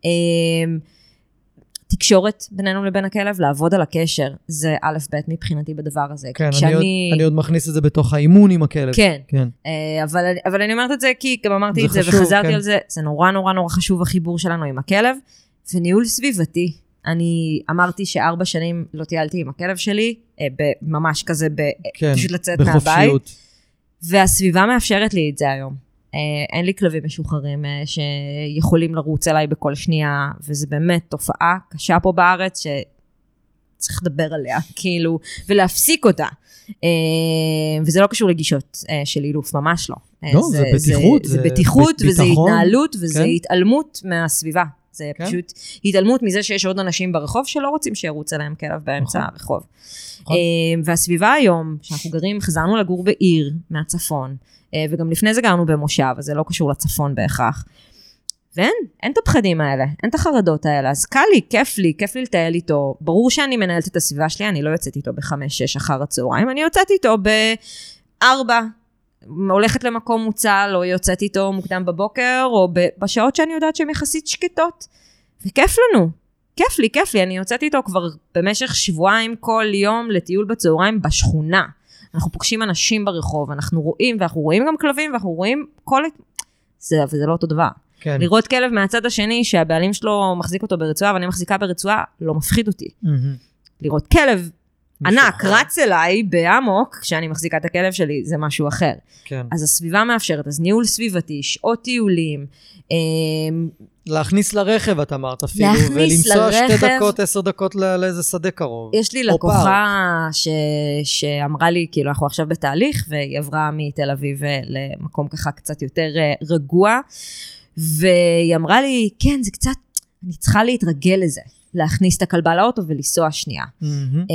תקשורת בינינו לבין הכלב, לעבוד על הקשר, זה א' ב' מבחינתי בדבר הזה. כן, כשאני... אני, עוד, אני עוד מכניס את זה בתוך האימון עם הכלב. כן, כן. אבל, אבל אני אומרת את זה כי גם אמרתי את זה חשוב, וחזרתי כן. על זה, זה נורא נורא נורא חשוב החיבור שלנו עם הכלב, וניהול סביבתי. אני אמרתי שארבע שנים לא טיילתי עם הכלב שלי, ממש כזה, כן, פשוט לצאת בחופשיות. מהבית, והסביבה מאפשרת לי את זה היום. אין לי כלבים משוחררים שיכולים לרוץ אליי בכל שנייה, וזה באמת תופעה קשה פה בארץ, שצריך לדבר עליה, כאילו, ולהפסיק אותה. וזה לא קשור לגישות של אילוף, ממש לא. לא, זה בטיחות. זה בטיחות, וזה התנהלות, וזה התעלמות מהסביבה. זה כן? פשוט התעלמות מזה שיש עוד אנשים ברחוב שלא רוצים שירוץ עליהם כלב באמצע נכון. הרחוב. נכון. והסביבה היום, שאנחנו גרים, חזרנו לגור בעיר מהצפון, וגם לפני זה גרנו במושב, אז זה לא קשור לצפון בהכרח. ואין, אין את הפחדים האלה, אין את החרדות האלה, אז קל לי, כיף לי, כיף לי לטייל איתו. ברור שאני מנהלת את הסביבה שלי, אני לא יוצאת איתו בחמש, שש אחר הצהריים, אני יוצאת איתו בארבע, הולכת למקום מוצל, או יוצאת איתו מוקדם בבוקר, או בשעות שאני יודעת שהן יחסית שקטות. וכיף לנו. כיף לי, כיף לי. אני יוצאת איתו כבר במשך שבועיים כל יום לטיול בצהריים בשכונה. אנחנו פוגשים אנשים ברחוב, אנחנו רואים, ואנחנו רואים גם כלבים, ואנחנו רואים כל... זה, וזה לא אותו דבר. כן. לראות כלב מהצד השני, שהבעלים שלו מחזיק אותו ברצועה, ואני מחזיקה ברצועה, לא מפחיד אותי. Mm-hmm. לראות כלב ענק, רץ אליי באמוק, כשאני מחזיקה את הכלב שלי, זה משהו אחר. כן. אז הסביבה מאפשרת, אז ניהול סביבתי, שעות טיולים, להכניס לרכב, את אמרת אפילו, להכניס ולמצוא לרכב. שתי דקות, עשר דקות לא, לאיזה שדה קרוב. יש לי לקוחה ש... שאמרה לי, כאילו, אנחנו עכשיו בתהליך, והיא עברה מתל אביב למקום ככה קצת יותר רגוע, והיא אמרה לי, כן, זה קצת, אני צריכה להתרגל לזה, להכניס את הכלבה לאוטו ולנסוע שנייה. Mm-hmm.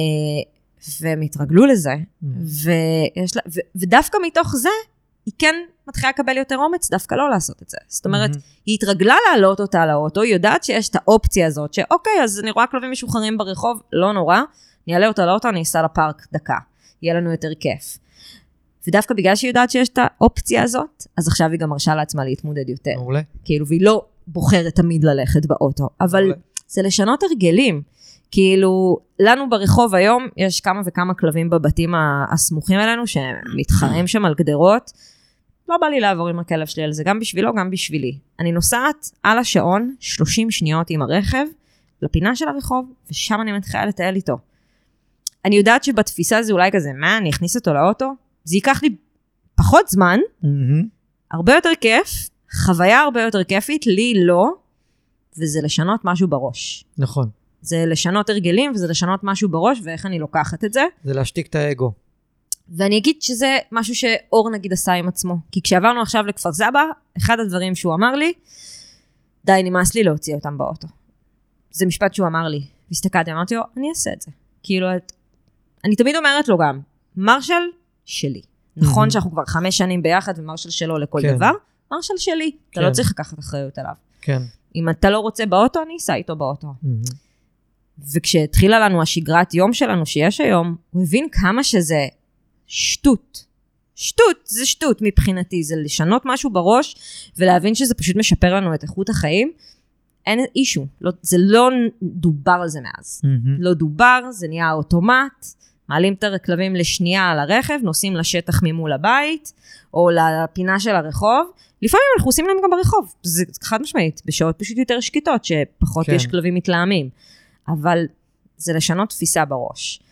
והם התרגלו לזה, Mm-hmm. ויש לה... ו... ודווקא מתוך זה, היא כן מתחילה לקבל יותר אומץ, דווקא לא לעשות את זה. זאת אומרת, mm-hmm. היא התרגלה לעלות אותה לאוטו, היא יודעת שיש את האופציה הזאת, שאוקיי, אז אני רואה כלבים משוחררים ברחוב, לא נורא, אני אעלה אותה לאוטו, אני אסע לפארק דקה, יהיה לנו יותר כיף. ודווקא בגלל שהיא יודעת שיש את האופציה הזאת, אז עכשיו היא גם מרשה לעצמה להתמודד יותר. מעולה. כאילו, והיא לא בוחרת תמיד ללכת באוטו, אבל מעולה. זה לשנות הרגלים. כאילו, לנו ברחוב היום, יש כמה וכמה כלבים בבתים הסמוכים אלינו, שמתחרים שם על גדרות, לא בא לי לעבור עם הכלב שלי על זה, גם בשבילו, גם בשבילי. אני נוסעת על השעון, שלושים שניות עם הרכב, לפינה של הרחוב, ושם אני מתחילה לטייל איתו. אני יודעת שבתפיסה זה אולי כזה, מה, אני אכניס אותו לאוטו? זה ייקח לי פחות זמן, mm-hmm. הרבה יותר כיף, חוויה הרבה יותר כיפית, לי לא, וזה לשנות משהו בראש. נכון. זה לשנות הרגלים, וזה לשנות משהו בראש, ואיך אני לוקחת את זה. זה להשתיק את האגו. ואני אגיד שזה משהו שאור נגיד עשה עם עצמו. כי כשעברנו עכשיו לכפר סבא, אחד הדברים שהוא אמר לי, די, נמאס לי להוציא אותם באוטו. זה משפט שהוא אמר לי. והסתכלתי, אמרתי לו, אני אעשה את זה. כאילו, אני תמיד אומרת לו גם, מרשל שלי. נכון mm-hmm. שאנחנו כבר חמש שנים ביחד, ומרשל שלו לכל כן. דבר, מרשל שלי. כן. אתה לא צריך לקחת אחריות עליו. כן. אם אתה לא רוצה באוטו, אני אסע איתו באוטו. Mm-hmm. וכשהתחילה לנו השגרת יום שלנו שיש היום, הוא הבין כמה שזה שטות. שטות, זה שטות מבחינתי, זה לשנות משהו בראש, ולהבין שזה פשוט משפר לנו את איכות החיים. אין אישו, לא, זה לא דובר על זה מאז. Mm-hmm. לא דובר, זה נהיה אוטומט, מעלים את הכלבים לשנייה על הרכב, נוסעים לשטח ממול הבית, או לפינה של הרחוב. לפעמים אנחנו עושים להם גם ברחוב, זה חד משמעית, בשעות פשוט יותר שקטות, שפחות כן. יש כלבים מתלהמים. אבל זה לשנות תפיסה בראש.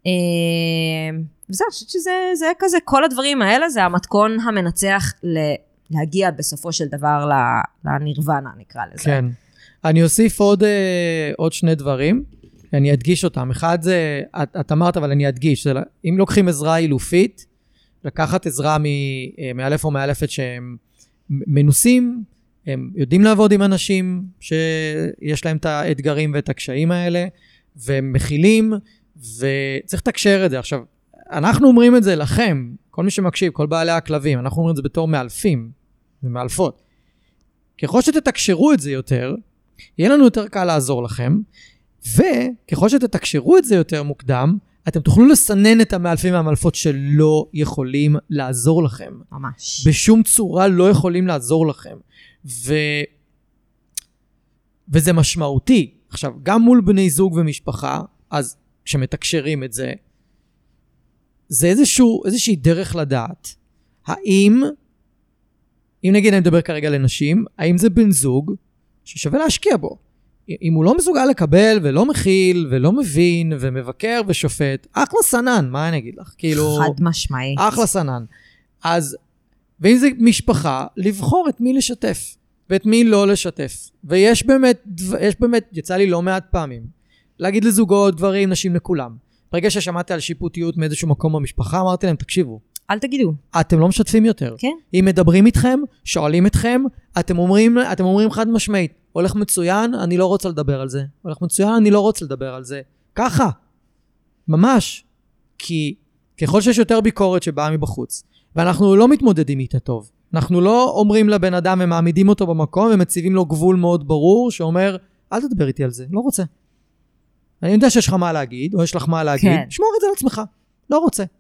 וזה, אני חושבת שזה זה כזה, כל הדברים האלה, זה המתכון המנצח להגיע בסופו של דבר לנירוונה, נקרא לזה. כן. אני אוסיף עוד, עוד שני דברים, אני אדגיש אותם. אחד זה, את, את אמרת, אבל אני אדגיש, זה, אם לוקחים עזרה אילופית, לקחת עזרה מאלף או מאלפת שהם מנוסים, הם יודעים לעבוד עם אנשים שיש להם את האתגרים ואת הקשיים האלה, והם מכילים, וצריך לתקשר את זה. עכשיו, אנחנו אומרים את זה לכם, כל מי שמקשיב, כל בעלי הכלבים, אנחנו אומרים את זה בתור מאלפים ומאלפות. ככל שתתקשרו את זה יותר, יהיה לנו יותר קל לעזור לכם, וככל שתתקשרו את זה יותר מוקדם, אתם תוכלו לסנן את המאלפים והמאלפות שלא יכולים לעזור לכם. ממש. בשום צורה לא יכולים לעזור לכם. ו... וזה משמעותי. עכשיו, גם מול בני זוג ומשפחה, אז כשמתקשרים את זה, זה איזשהו, איזושהי דרך לדעת. האם, אם נגיד אני מדבר כרגע לנשים, האם זה בן זוג ששווה להשקיע בו? אם הוא לא מסוגל לקבל ולא מכיל ולא מבין ומבקר ושופט, אחלה סנן, מה אני אגיד לך? כאילו, חד משמעית. אחלה סנן. אז, ואם זה משפחה, לבחור את מי לשתף ואת מי לא לשתף. ויש באמת, יש באמת, יצא לי לא מעט פעמים, להגיד לזוגות, דברים, נשים לכולם. ברגע ששמעתי על שיפוטיות מאיזשהו מקום במשפחה, אמרתי להם, תקשיבו. אל תגידו. אתם לא משתפים יותר. כן. אם מדברים איתכם, שואלים אתכם, אתם אומרים, אתם אומרים חד משמעית, הולך מצוין, אני לא רוצה לדבר על זה. הולך מצוין, אני לא רוצה לדבר על זה. ככה. ממש. כי ככל שיש יותר ביקורת שבאה מבחוץ, ואנחנו לא מתמודדים איתה טוב. אנחנו לא אומרים לבן אדם ומעמידים אותו במקום, ומציבים לו גבול מאוד ברור, שאומר, אל תדבר איתי על זה, לא רוצה. אני יודע שיש לך מה להגיד, או יש לך מה להגיד, כן. שמור את זה לעצמך. לא רוצה.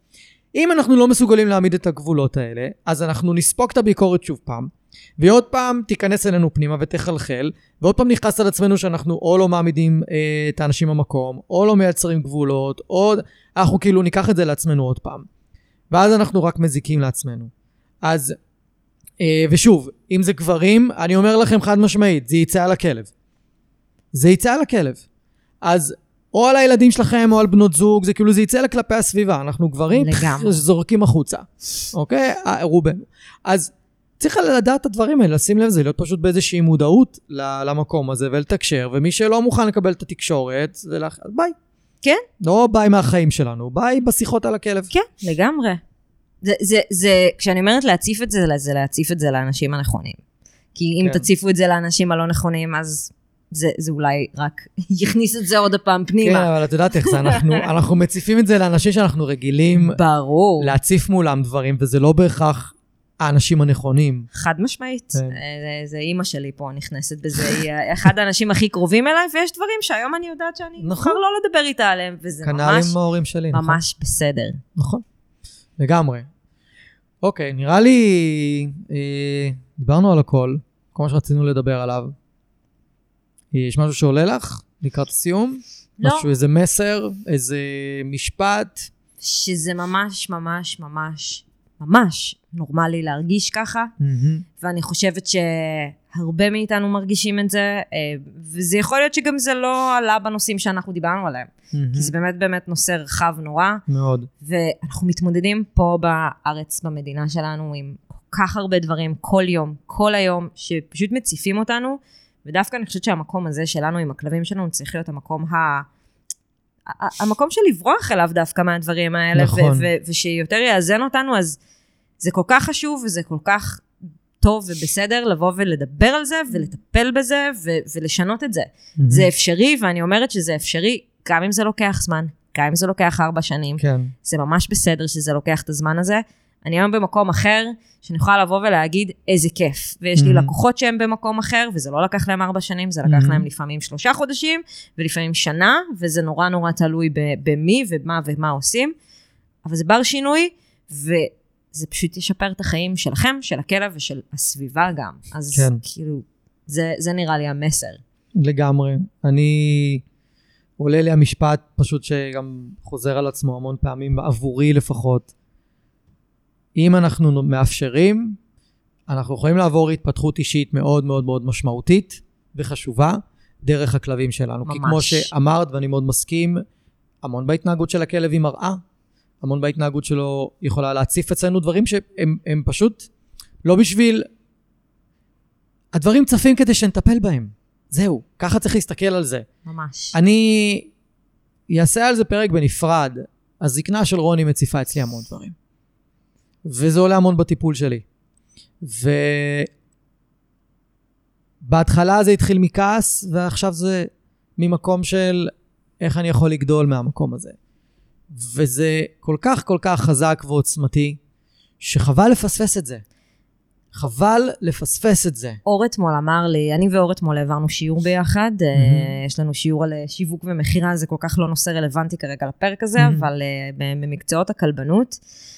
אם אנחנו לא מסוגלים להעמיד את הגבולות האלה, אז אנחנו נספוק את הביקורת שוב פעם, ועוד פעם תיכנס אלינו פנימה ותחלחל, ועוד פעם נכנס על עצמנו שאנחנו או לא מעמידים אה, את האנשים במקום, או לא מייצרים גבולות, או אנחנו כאילו ניקח את זה לעצמנו עוד פעם. ואז אנחנו רק מזיקים לעצמנו. אז, אה, ושוב, אם זה גברים, אני אומר לכם חד משמעית, זה יצא על הכלב. זה יצא על הכלב. אז או על הילדים שלכם או על בנות זוג, זה כאילו זה יצא לכלפי הסביבה. אנחנו גברים לגמרי. זורקים החוצה. אוקיי? רובנו. אז צריך לדעת את הדברים האלה, לשים לב זה, להיות פשוט באיזושהי מודעות למקום הזה ולתקשר, ומי שלא מוכן לקבל את התקשורת, זה לך, אז ביי. כן. לא ביי מהחיים שלנו, ביי בשיחות על הכלב. כן, לגמרי. זה, זה, זה, כשאני אומרת להציף את זה, זה להציף את זה לאנשים הנכונים. כי אם כן. תציפו את זה לאנשים הלא נכונים, אז זה, זה אולי רק יכניס את זה עוד הפעם פנימה. כן, אבל את יודעת איך זה, אנחנו, אנחנו מציפים את זה לאנשים שאנחנו רגילים. ברור. להציף מולם דברים, וזה לא בהכרח האנשים הנכונים. חד משמעית. כן. זה, זה אימא שלי פה נכנסת בזה, היא אחד האנשים הכי קרובים אליי, ויש דברים שהיום אני יודעת שאני נכון. כבר לא לדבר איתה עליהם, וזה כנ"ל ממש, עם ההורים שלי, נכון? ממש בסדר. נכון, לגמרי. אוקיי, נראה לי, אה, דיברנו על הכל, כל מה שרצינו לדבר עליו. יש משהו שעולה לך לקראת הסיום? לא. משהו, איזה מסר, איזה משפט? שזה ממש, ממש, ממש, ממש נורמלי להרגיש ככה, Mm-hmm. ואני חושבת שהרבה מאיתנו מרגישים את זה, וזה יכול להיות שגם זה לא עלה בנושאים שאנחנו דיברנו עליהם, Mm-hmm. כי זה באמת באמת נושא רחב נורא, מאוד. ואנחנו מתמודדים פה בארץ, במדינה שלנו, עם כל כך הרבה דברים, כל יום, כל היום, שפשוט מציפים אותנו, ודווקא אני חושבת שהמקום הזה שלנו עם הכלבים שלנו צריך להיות המקום ה... המקום של לברוח אליו דווקא מהדברים האלה, נכון. ו- ו- ושיותר יאזן אותנו, אז זה כל כך חשוב, וזה כל כך טוב ובסדר לבוא ולדבר על זה, ולטפל בזה, ו- ולשנות את זה. Mm-hmm. זה אפשרי, ואני אומרת שזה אפשרי, גם אם זה לוקח זמן, גם אם זה לוקח ארבע שנים, כן. זה ממש בסדר שזה לוקח את הזמן הזה. אני היום במקום אחר, שאני יכולה לבוא ולהגיד איזה כיף, ויש לי Mm-hmm. לקוחות שהם במקום אחר, וזה לא לקח להם ארבע שנים, זה לקח Mm-hmm. להם לפעמים שלושה חודשים, ולפעמים שנה, וזה נורא נורא תלוי ב- במי ומה ומה עושים, אבל זה בר שינוי, וזה פשוט ישפר את החיים שלכם, של הכלב ושל הסביבה גם. אז כן. כאילו, זה, זה נראה לי המסר. לגמרי. אני... עולה לי המשפט פשוט שגם חוזר על עצמו המון פעמים, עבורי לפחות. אם אנחנו מאפשרים, אנחנו יכולים לעבור התפתחות אישית מאוד מאוד מאוד משמעותית וחשובה, דרך הכלבים שלנו. ממש. כי כמו שאמרת, ואני מאוד מסכים, המון בהתנהגות של הכלב היא מראה, המון בהתנהגות שלו יכולה להציף אצלנו דברים שהם הם פשוט לא בשביל... הדברים צפים כדי שנטפל בהם. זהו, ככה צריך להסתכל על זה. ממש. אני אעשה על זה פרק בנפרד. הזקנה של רוני מציפה אצלי המון דברים. וזה עולה המון בטיפול שלי. ובהתחלה זה התחיל מכעס, ועכשיו זה ממקום של איך אני יכול לגדול מהמקום הזה. וזה כל כך כל כך חזק ועוצמתי, שחבל לפספס את זה. חבל לפספס את זה. אור אתמול אמר לי, אני ואור אתמול העברנו שיעור ביחד, mm-hmm. יש לנו שיעור על שיווק ומחירה, זה כל כך לא נושא רלוונטי כרגע לפרק הזה, mm-hmm. אבל במקצועות הכלבנות,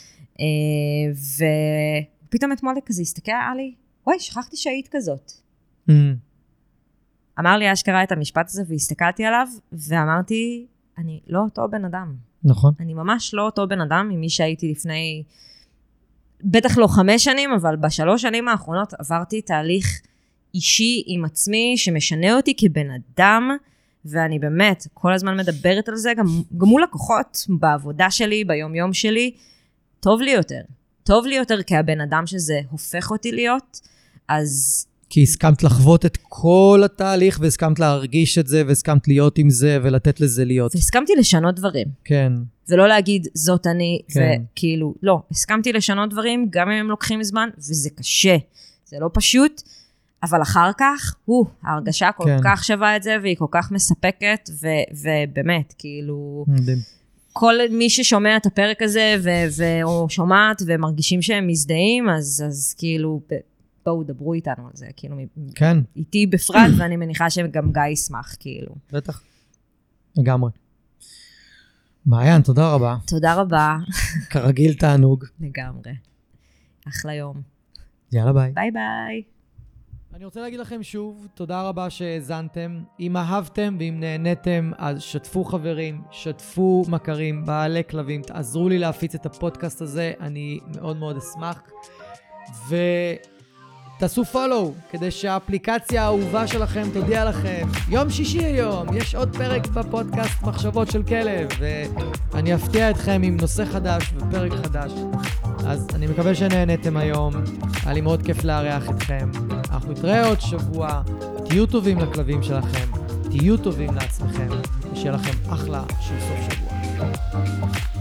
ופתאום אתמול כזה הסתכל על לי, וואי, שכחתי שהיית כזאת. Mm-hmm. אמר לי אשכרה את המשפט הזה, והסתכלתי עליו, ואמרתי, אני לא אותו בן אדם. נכון. אני ממש לא אותו בן אדם, ממי שהייתי לפני... בטח לא חמש שנים, אבל בשלוש שנים האחרונות עברתי תהליך אישי עם עצמי, שמשנה אותי כבן אדם, ואני באמת כל הזמן מדברת על זה, גם, גם מול לקוחות, בעבודה שלי, ביום יום שלי, טוב לי יותר. טוב לי יותר כהבן אדם שזה הופך אותי להיות, אז... כי הסכמת לחוות את כל התהליך, והסכמת להרגיש את זה, והסכמת להיות עם זה, ולתת לזה להיות. והסכמתי לשנות דברים. כן. ולא להגיד, זאת אני, כן. וכאילו, לא, הסכמתי לשנות דברים, גם אם הם לוקחים זמן, וזה קשה. זה לא פשוט, אבל אחר כך, הוא, ההרגשה כל כן. כך שווה את זה, והיא כל כך מספקת, ו- ובאמת, כאילו, מדהים. כל מי ששומע את הפרק הזה, ו- ו- או שומעת, ומרגישים שהם מזדהים, אז, אז כאילו, בואו, דברו איתנו על זה, כאילו, כן. איתי בפרט, ואני מניחה שגם גיא ישמח, כאילו. בטח. לגמרי. מעיין, תודה רבה. תודה רבה. כרגיל תענוג. לגמרי. אחלה יום. יאללה ביי. ביי ביי. אני רוצה להגיד לכם שוב, תודה רבה שהאזנתם. אם אהבתם ואם נהניתם, אז שתפו חברים, שתפו מכרים, בעלי כלבים, תעזרו לי להפיץ את הפודקאסט הזה, אני מאוד מאוד אשמח. ותעשו פולו, כדי שהאפליקציה האהובה שלכם תודיע לכם. יום שישי היום, יש עוד פרק בפודקאסט מחשבות של כלב, ואני אפתיע אתכם עם נושא חדש ופרק חדש. אז אני מקווה שנהניתם היום, היה לי מאוד כיף לארח אתכם. אנחנו נתראה עוד שבוע, תהיו טובים לכלבים שלכם, תהיו טובים לעצמכם, ושיהיה לכם אחלה של סוף שבוע.